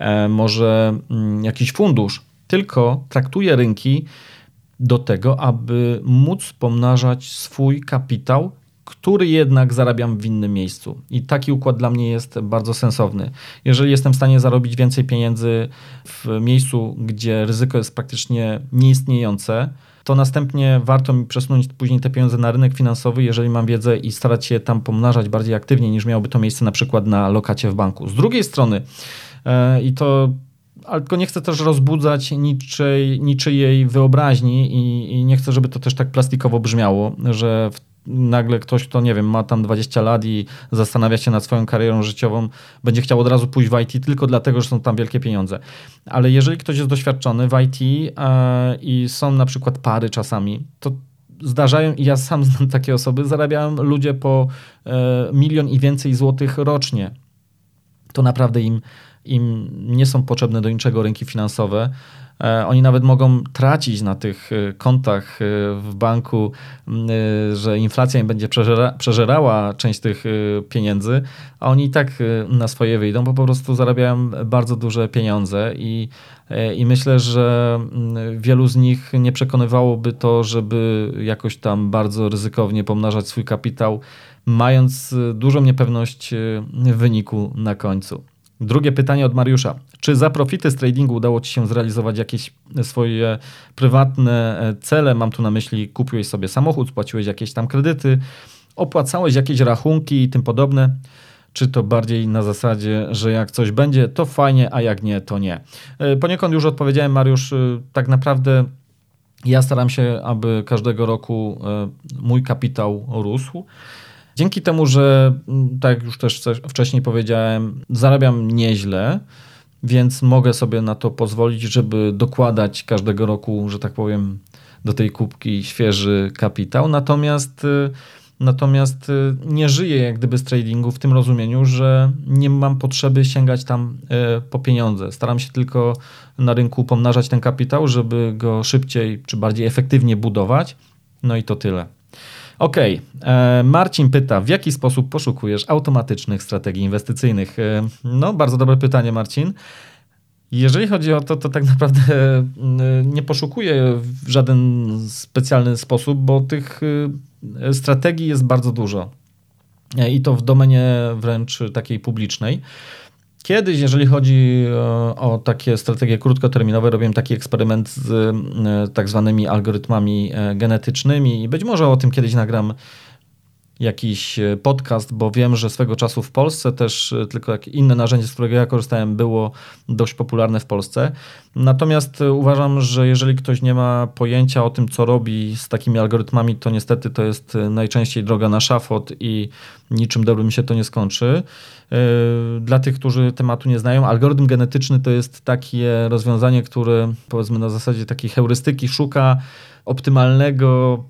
może jakiś fundusz, tylko traktuję rynki do tego, aby móc pomnażać swój kapitał, który jednak zarabiam w innym miejscu. I taki układ dla mnie jest bardzo sensowny. Jeżeli jestem w stanie zarobić więcej pieniędzy w miejscu, gdzie ryzyko jest praktycznie nieistniejące, to następnie warto mi przesunąć później te pieniądze na rynek finansowy, jeżeli mam wiedzę i starać się tam pomnażać bardziej aktywnie, niż miałoby to miejsce na przykład na lokacie w banku. Z drugiej strony, ale tylko nie chcę też rozbudzać niczyjej wyobraźni i nie chcę, żeby to też tak plastikowo brzmiało, że nagle ktoś, kto nie wiem, ma tam 20 lat i zastanawia się nad swoją karierą życiową, będzie chciał od razu pójść w IT tylko dlatego, że są tam wielkie pieniądze. Ale jeżeli ktoś jest doświadczony w IT i są na przykład pary czasami, to zdarzają, i ja sam znam takie osoby, zarabiają ludzie po 1 milion i więcej złotych rocznie. To naprawdę im nie są potrzebne do niczego rynki finansowe. Oni nawet mogą tracić na tych kontach w banku, że inflacja im będzie przeżerała część tych pieniędzy, a oni i tak na swoje wyjdą, bo po prostu zarabiają bardzo duże pieniądze i myślę, że wielu z nich nie przekonywałoby to, żeby jakoś tam bardzo ryzykownie pomnażać swój kapitał, mając dużą niepewność wyniku na końcu. Drugie pytanie od Mariusza. Czy za profity z tradingu udało Ci się zrealizować jakieś swoje prywatne cele? Mam tu na myśli, kupiłeś sobie samochód, spłaciłeś jakieś tam kredyty, opłacałeś jakieś rachunki i tym podobne? Czy to bardziej na zasadzie, że jak coś będzie, to fajnie, a jak nie, to nie? Poniekąd już odpowiedziałem, Mariusz. Tak naprawdę ja staram się, aby każdego roku mój kapitał rósł. Dzięki temu, że tak jak już też wcześniej powiedziałem, zarabiam nieźle, więc mogę sobie na to pozwolić, żeby dokładać każdego roku, że tak powiem, do tej kubki świeży kapitał. Natomiast nie żyję jak gdyby z tradingu w tym rozumieniu, że nie mam potrzeby sięgać tam po pieniądze. Staram się tylko na rynku pomnażać ten kapitał, żeby go szybciej czy bardziej efektywnie budować. No i to tyle. Okej. Marcin pyta, w jaki sposób poszukujesz automatycznych strategii inwestycyjnych? No, bardzo dobre pytanie, Marcin. Jeżeli chodzi o to, to tak naprawdę nie poszukuję w żaden specjalny sposób, bo tych strategii jest bardzo dużo. I to w domenie wręcz takiej publicznej. Kiedyś, jeżeli chodzi o takie strategie krótkoterminowe, robiłem taki eksperyment z tak zwanymi algorytmami genetycznymi i być może o tym kiedyś nagram jakiś podcast, bo wiem, że swego czasu w Polsce też tylko inne narzędzie, z którego ja korzystałem, było dość popularne w Polsce. Natomiast uważam, że jeżeli ktoś nie ma pojęcia o tym, co robi z takimi algorytmami, to niestety to jest najczęściej droga na szafot i niczym dobrym się to nie skończy. Dla tych, którzy tematu nie znają, algorytm genetyczny to jest takie rozwiązanie, które powiedzmy na zasadzie takiej heurystyki szuka optymalnego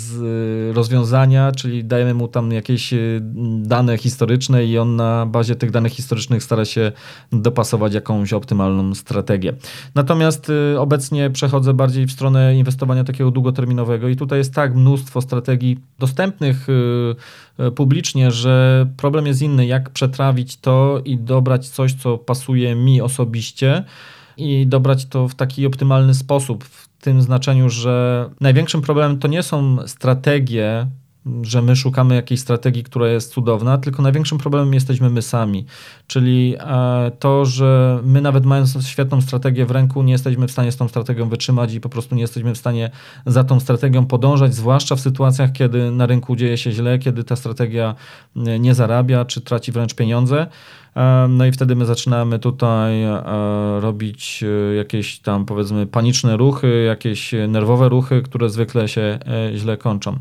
rozwiązania, czyli dajemy mu tam jakieś dane historyczne i on na bazie tych danych historycznych stara się dopasować jakąś optymalną strategię. Natomiast obecnie przechodzę bardziej w stronę inwestowania takiego długoterminowego i tutaj jest tak mnóstwo strategii dostępnych publicznie, że problem jest inny, jak przetrawić to i dobrać coś, co pasuje mi osobiście i dobrać to w taki optymalny sposób, w tym znaczeniu, że największym problemem to nie są strategie, że my szukamy jakiejś strategii, która jest cudowna, tylko największym problemem jesteśmy my sami. Czyli to, że my nawet mając świetną strategię w ręku, nie jesteśmy w stanie z tą strategią wytrzymać i po prostu nie jesteśmy w stanie za tą strategią podążać, zwłaszcza w sytuacjach, kiedy na rynku dzieje się źle, kiedy ta strategia nie zarabia, czy traci wręcz pieniądze. No i wtedy my zaczynamy tutaj robić jakieś tam powiedzmy paniczne ruchy, jakieś nerwowe ruchy, które zwykle się źle kończą.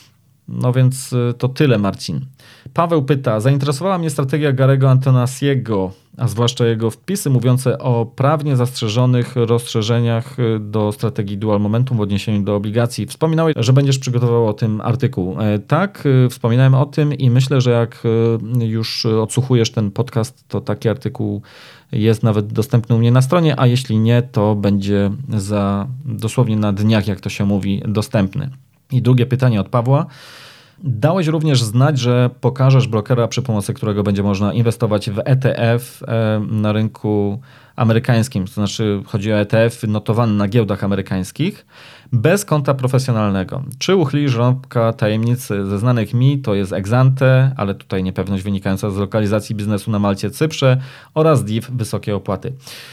No więc to tyle, Marcin. Paweł pyta, zainteresowała mnie strategia Gary'ego Antonasiego, a zwłaszcza jego wpisy mówiące o prawnie zastrzeżonych rozszerzeniach do strategii dual momentum w odniesieniu do obligacji. Wspominałeś, że będziesz przygotował o tym artykuł. Tak, wspominałem o tym i myślę, że jak już odsłuchujesz ten podcast, to taki artykuł jest nawet dostępny u mnie na stronie, a jeśli nie, to będzie dosłownie na dniach, jak to się mówi, dostępny. I drugie pytanie od Pawła. Dałeś również znać, że pokażesz brokera, przy pomocy którego będzie można inwestować w ETF na rynku amerykańskim. To znaczy chodzi o ETF notowany na giełdach amerykańskich bez konta profesjonalnego. Czy uchylisz rąbka tajemnicy ze znanych mi, to jest ex ante, ale tutaj niepewność wynikająca z lokalizacji biznesu na Malcie, Cyprze oraz DIV, wysokie opłaty.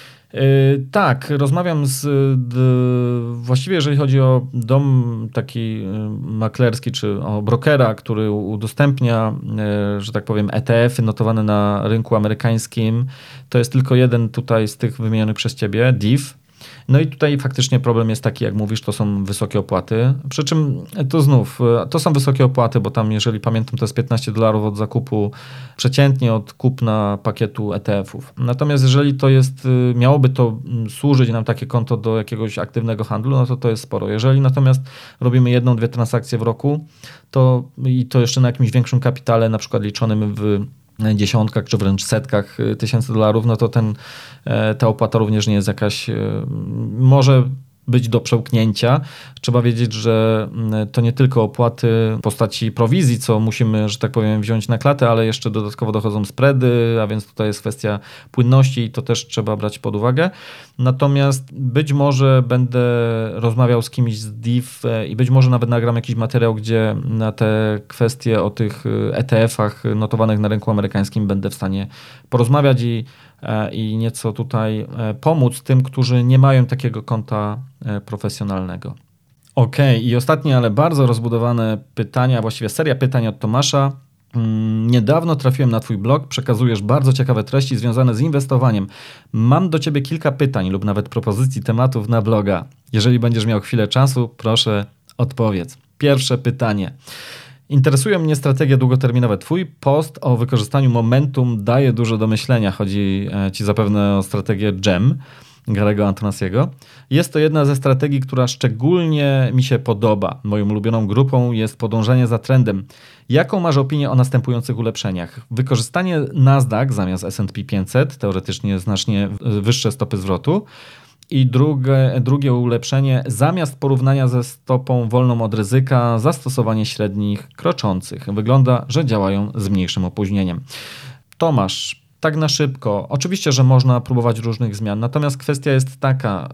Tak, rozmawiam właściwie jeżeli chodzi o dom taki maklerski, czy o brokera, który udostępnia, że tak powiem, ETF-y notowane na rynku amerykańskim, to jest tylko jeden tutaj z tych wymienionych przez Ciebie, DIV. No i tutaj faktycznie problem jest taki, jak mówisz, to są wysokie opłaty. Przy czym to są wysokie opłaty, bo tam, jeżeli pamiętam, to jest $15 od zakupu, przeciętnie od kupna pakietu ETF-ów. Natomiast jeżeli to jest, miałoby to służyć nam takie konto do jakiegoś aktywnego handlu, no to jest sporo. Jeżeli natomiast robimy 1-2 transakcje w roku, i to jeszcze na jakimś większym kapitale, na przykład liczonym w dziesiątkach czy wręcz setkach tysięcy dolarów, no to ta opłata również nie jest jakaś, może być do przełknięcia. Trzeba wiedzieć, że to nie tylko opłaty w postaci prowizji, co musimy, że tak powiem, wziąć na klatę, ale jeszcze dodatkowo dochodzą spready, a więc tutaj jest kwestia płynności i to też trzeba brać pod uwagę. Natomiast być może będę rozmawiał z kimś z DIV i być może nawet nagram jakiś materiał, gdzie na te kwestie o tych ETF-ach notowanych na rynku amerykańskim będę w stanie porozmawiać i nieco tutaj pomóc tym, którzy nie mają takiego konta profesjonalnego. Okej, i ostatnie, ale bardzo rozbudowane pytania, właściwie seria pytań od Tomasza. Niedawno trafiłem na Twój blog, przekazujesz bardzo ciekawe treści związane z inwestowaniem. Mam do Ciebie kilka pytań lub nawet propozycji tematów na bloga. Jeżeli będziesz miał chwilę czasu, proszę odpowiedz. Pierwsze pytanie. Interesują mnie strategie długoterminowe. Twój post o wykorzystaniu momentum daje dużo do myślenia. Chodzi Ci zapewne o strategię GEM, Gary'ego Antonasiego. Jest to jedna ze strategii, która szczególnie mi się podoba. Moją ulubioną grupą jest podążanie za trendem. Jaką masz opinię o następujących ulepszeniach? Wykorzystanie Nasdaq zamiast S&P 500, teoretycznie znacznie wyższe stopy zwrotu. I drugie ulepszenie, zamiast porównania ze stopą wolną od ryzyka, zastosowanie średnich kroczących. Wygląda, że działają z mniejszym opóźnieniem. Tomasz, tak na szybko. Oczywiście, że można próbować różnych zmian, natomiast kwestia jest taka,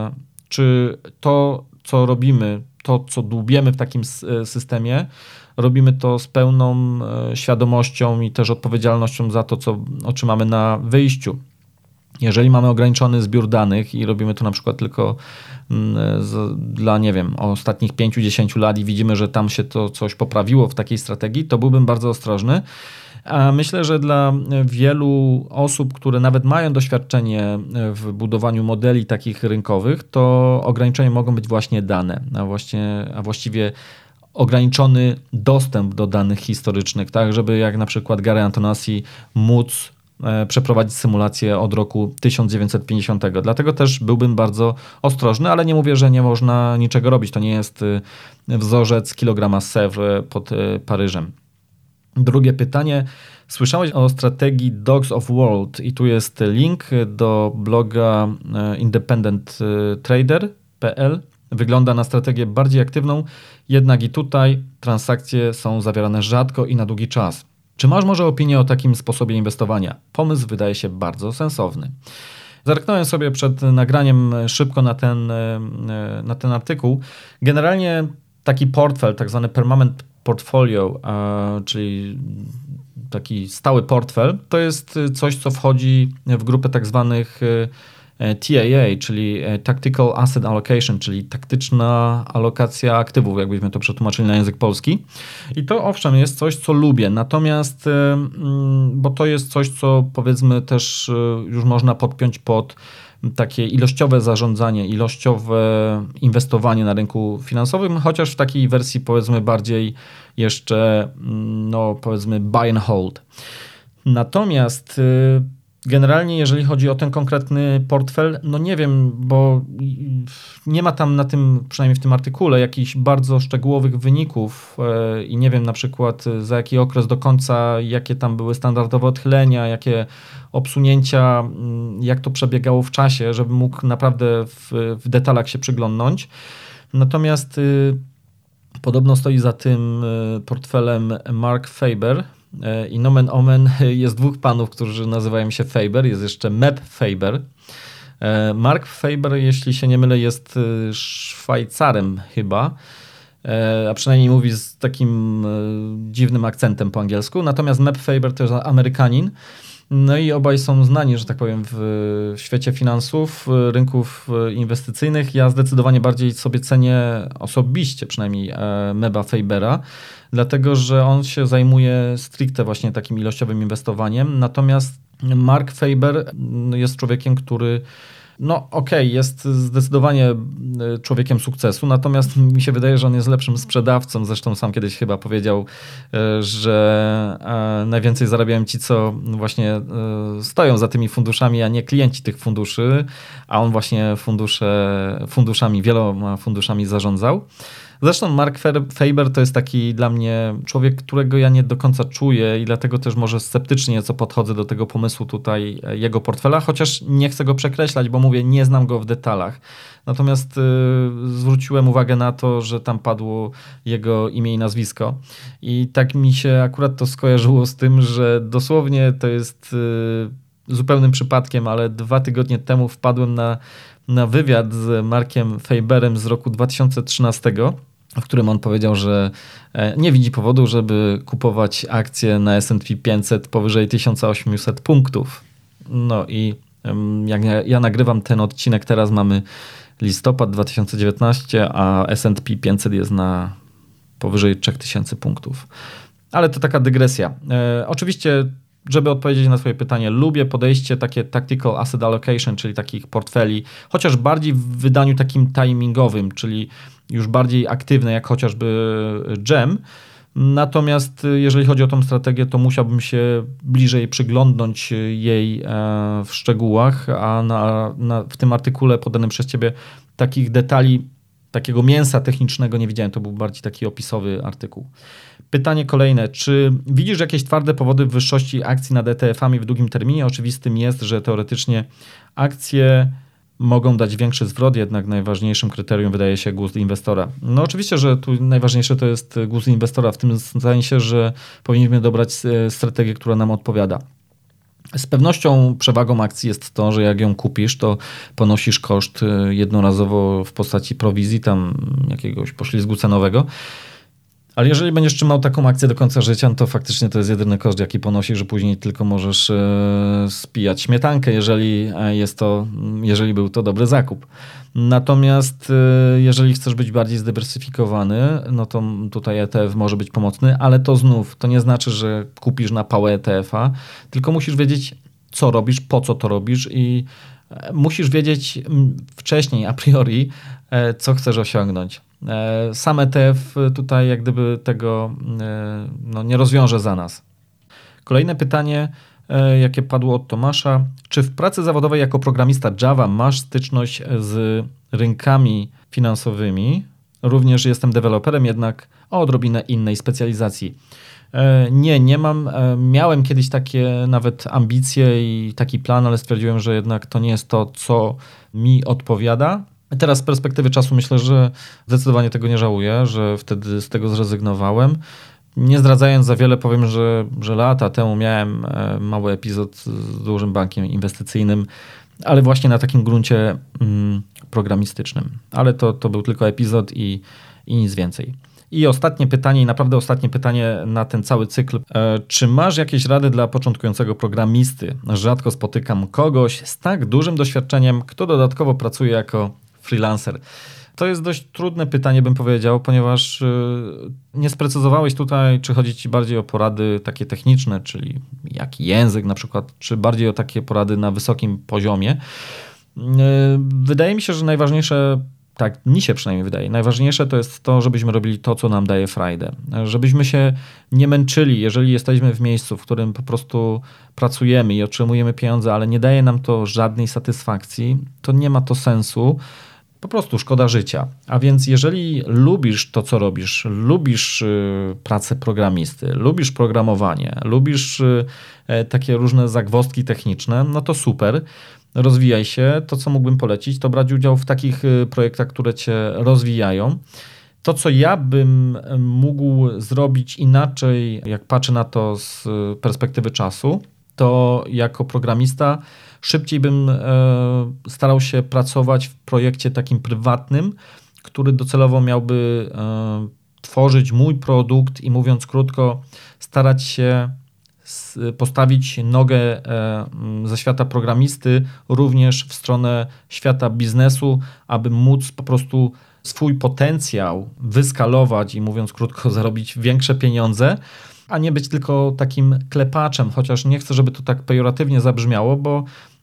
czy to, co robimy, to, co dłubiemy w takim systemie, robimy to z pełną świadomością i też odpowiedzialnością za to, co otrzymamy na wyjściu. Jeżeli mamy ograniczony zbiór danych i robimy to na przykład tylko dla, nie wiem, ostatnich 5-10 lat i widzimy, że tam się to coś poprawiło w takiej strategii, to byłbym bardzo ostrożny. A myślę, że dla wielu osób, które nawet mają doświadczenie w budowaniu modeli takich rynkowych, to ograniczenia mogą być właśnie dane, a właściwie ograniczony dostęp do danych historycznych, tak, żeby jak na przykład Gary Antonasi móc przeprowadzić symulację od roku 1950. Dlatego też byłbym bardzo ostrożny, ale nie mówię, że nie można niczego robić. To nie jest wzorzec kilograma Sèvres pod Paryżem. Drugie pytanie. Słyszałeś o strategii Dogs of World i tu jest link do bloga independenttrader.pl. Wygląda na strategię bardziej aktywną, jednak i tutaj transakcje są zawierane rzadko i na długi czas. Czy masz może opinię o takim sposobie inwestowania? Pomysł wydaje się bardzo sensowny. Zerknąłem sobie przed nagraniem szybko na ten artykuł. Generalnie taki portfel, tak zwany permanent portfolio, czyli taki stały portfel, to jest coś, co wchodzi w grupę tak zwanych TAA, czyli Tactical Asset Allocation, czyli taktyczna alokacja aktywów, jakbyśmy to przetłumaczyli na język polski. I to owszem jest coś, co lubię, natomiast, bo to jest coś, co powiedzmy też już można podpiąć pod takie ilościowe zarządzanie, ilościowe inwestowanie na rynku finansowym, chociaż w takiej wersji powiedzmy bardziej jeszcze, no powiedzmy buy and hold. Natomiast generalnie, jeżeli chodzi o ten konkretny portfel, no nie wiem, bo nie ma tam na tym, przynajmniej w tym artykule, jakichś bardzo szczegółowych wyników i nie wiem na przykład za jaki okres do końca, jakie tam były standardowe odchylenia, jakie obsunięcia, jak to przebiegało w czasie, żebym mógł naprawdę w detalach się przyglądnąć. Natomiast podobno stoi za tym portfelem Mark Faber. I nomen omen jest dwóch panów, którzy nazywają się Faber, jest jeszcze Meb Faber. Mark Faber, jeśli się nie mylę, jest Szwajcarem chyba, a przynajmniej mówi z takim dziwnym akcentem po angielsku. Natomiast Meb Faber to jest Amerykanin. No i obaj są znani, że tak powiem, w świecie finansów, rynków inwestycyjnych. Ja zdecydowanie bardziej sobie cenię osobiście, przynajmniej Meba Fabera, dlatego że on się zajmuje stricte właśnie takim ilościowym inwestowaniem. Natomiast Mark Faber jest człowiekiem, który Jest zdecydowanie człowiekiem sukcesu, natomiast mi się wydaje, że on jest lepszym sprzedawcą. Zresztą sam kiedyś chyba powiedział, że najwięcej zarabiają ci, co właśnie stoją za tymi funduszami, a nie klienci tych funduszy, a on właśnie wieloma funduszami zarządzał. Zresztą Mark Faber to jest taki dla mnie człowiek, którego ja nie do końca czuję i dlatego też może sceptycznie nieco podchodzę do tego pomysłu tutaj jego portfela, chociaż nie chcę go przekreślać, bo mówię, nie znam go w detalach. Natomiast zwróciłem uwagę na to, że tam padło jego imię i nazwisko i tak mi się akurat to skojarzyło z tym, że dosłownie to jest zupełnym przypadkiem, ale 2 tygodnie temu wpadłem na wywiad z Markiem Faberem z roku 2013, w którym on powiedział, że nie widzi powodu, żeby kupować akcje na S&P 500 powyżej 1800 punktów. No i jak ja nagrywam ten odcinek, teraz mamy listopad 2019, a S&P 500 jest na powyżej 3000 punktów. Ale to taka dygresja. Oczywiście, żeby odpowiedzieć na twoje pytanie, lubię podejście takie tactical asset allocation, czyli takich portfeli, chociaż bardziej w wydaniu takim timingowym, czyli już bardziej aktywne, jak chociażby GEM. Natomiast jeżeli chodzi o tą strategię, to musiałbym się bliżej przyglądnąć jej w szczegółach, a w tym artykule podanym przez ciebie takich detali, takiego mięsa technicznego nie widziałem. To był bardziej taki opisowy artykuł. Pytanie kolejne. Czy widzisz jakieś twarde powody wyższości akcji nad ETF-ami w długim terminie? Oczywistym jest, że teoretycznie akcje mogą dać większy zwrot, jednak najważniejszym kryterium wydaje się gust inwestora. No oczywiście, że tu najważniejsze to jest gust inwestora w tym sensie, że powinniśmy dobrać strategię, która nam odpowiada. Z pewnością przewagą akcji jest to, że jak ją kupisz, to ponosisz koszt jednorazowo w postaci prowizji, tam jakiegoś poślizgu cenowego. Ale jeżeli będziesz trzymał taką akcję do końca życia, no to faktycznie to jest jedyny koszt, jaki ponosisz, że później tylko możesz spijać śmietankę, jeżeli był to dobry zakup. Natomiast jeżeli chcesz być bardziej zdywersyfikowany, no to tutaj ETF może być pomocny, ale to nie znaczy, że kupisz na pałę ETF-a, tylko musisz wiedzieć, co robisz, po co to robisz i musisz wiedzieć wcześniej, a priori, co chcesz osiągnąć. Sam ETF tutaj jak gdyby tego nie rozwiąże za nas. Kolejne pytanie, jakie padło od Tomasza. Czy w pracy zawodowej jako programista Java masz styczność z rynkami finansowymi? Również jestem deweloperem, jednak o odrobinę innej specjalizacji. Nie mam. Miałem kiedyś takie nawet ambicje i taki plan, ale stwierdziłem, że jednak to nie jest to, co mi odpowiada. Teraz z perspektywy czasu myślę, że zdecydowanie tego nie żałuję, że wtedy z tego zrezygnowałem. Nie zdradzając za wiele, powiem, że lata temu miałem mały epizod z dużym bankiem inwestycyjnym, ale właśnie na takim gruncie programistycznym. Ale to był tylko epizod i nic więcej. I ostatnie pytanie, i naprawdę ostatnie pytanie na ten cały cykl. Czy masz jakieś rady dla początkującego programisty? Rzadko spotykam kogoś z tak dużym doświadczeniem, kto dodatkowo pracuje jako freelancer. To jest dość trudne pytanie, bym powiedział, ponieważ nie sprecyzowałeś tutaj, czy chodzi ci bardziej o porady takie techniczne, czyli jaki język na przykład, czy bardziej o takie porady na wysokim poziomie. Wydaje mi się, że najważniejsze, tak mi się przynajmniej wydaje, najważniejsze to jest to, żebyśmy robili to, co nam daje frajdę. Żebyśmy się nie męczyli, jeżeli jesteśmy w miejscu, w którym po prostu pracujemy i otrzymujemy pieniądze, ale nie daje nam to żadnej satysfakcji, to nie ma to sensu. Po prostu szkoda życia. A więc jeżeli lubisz to, co robisz, lubisz pracę programisty, lubisz programowanie, lubisz takie różne zagwozdki techniczne, no to super. Rozwijaj się. To, co mógłbym polecić, to brać udział w takich projektach, które cię rozwijają. To, co ja bym mógł zrobić inaczej, jak patrzę na to z perspektywy czasu, to jako programista szybciej bym starał się pracować w projekcie takim prywatnym, który docelowo miałby tworzyć mój produkt i mówiąc krótko, starać się postawić nogę ze świata programisty również w stronę świata biznesu, aby móc po prostu swój potencjał wyskalować i mówiąc krótko, zarobić większe pieniądze, a nie być tylko takim klepaczem, chociaż nie chcę, żeby to tak pejoratywnie zabrzmiało, bo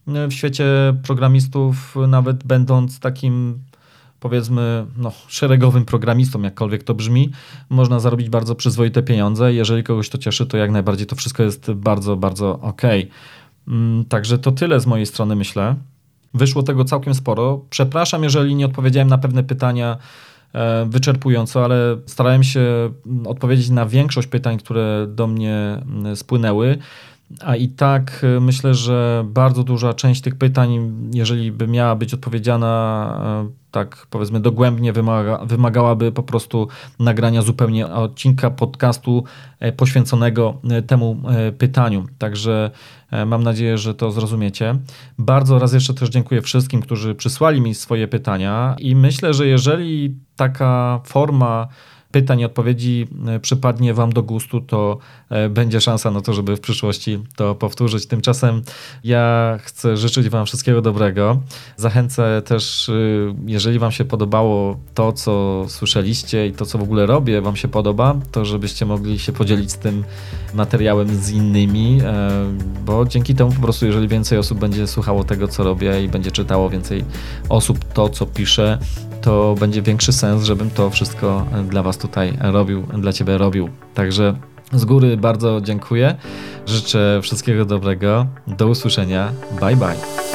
w świecie programistów, nawet będąc takim, powiedzmy, szeregowym programistą, jakkolwiek to brzmi, można zarobić bardzo przyzwoite pieniądze. Jeżeli kogoś to cieszy, to jak najbardziej to wszystko jest bardzo, bardzo okej. Także to tyle z mojej strony, myślę. Wyszło tego całkiem sporo. Przepraszam, jeżeli nie odpowiedziałem na pewne pytania wyczerpująco, ale starałem się odpowiedzieć na większość pytań, które do mnie spłynęły. A i tak myślę, że bardzo duża część tych pytań, jeżeli by miała być odpowiedziana tak powiedzmy dogłębnie, wymagałaby po prostu nagrania zupełnie odcinka podcastu poświęconego temu pytaniu. Także mam nadzieję, że to zrozumiecie. Bardzo raz jeszcze też dziękuję wszystkim, którzy przysłali mi swoje pytania i myślę, że jeżeli taka forma pytań i odpowiedzi przypadnie Wam do gustu, to będzie szansa na to, żeby w przyszłości to powtórzyć. Tymczasem ja chcę życzyć Wam wszystkiego dobrego. Zachęcę też, jeżeli Wam się podobało to, co słyszeliście i to, co w ogóle robię, Wam się podoba, to żebyście mogli się podzielić z tym materiałem z innymi, bo dzięki temu po prostu, jeżeli więcej osób będzie słuchało tego, co robię i będzie czytało więcej osób to, co piszę, to będzie większy sens, żebym to wszystko dla Was tutaj robił, dla Ciebie robił. Także z góry bardzo dziękuję. Życzę wszystkiego dobrego. Do usłyszenia. Bye bye.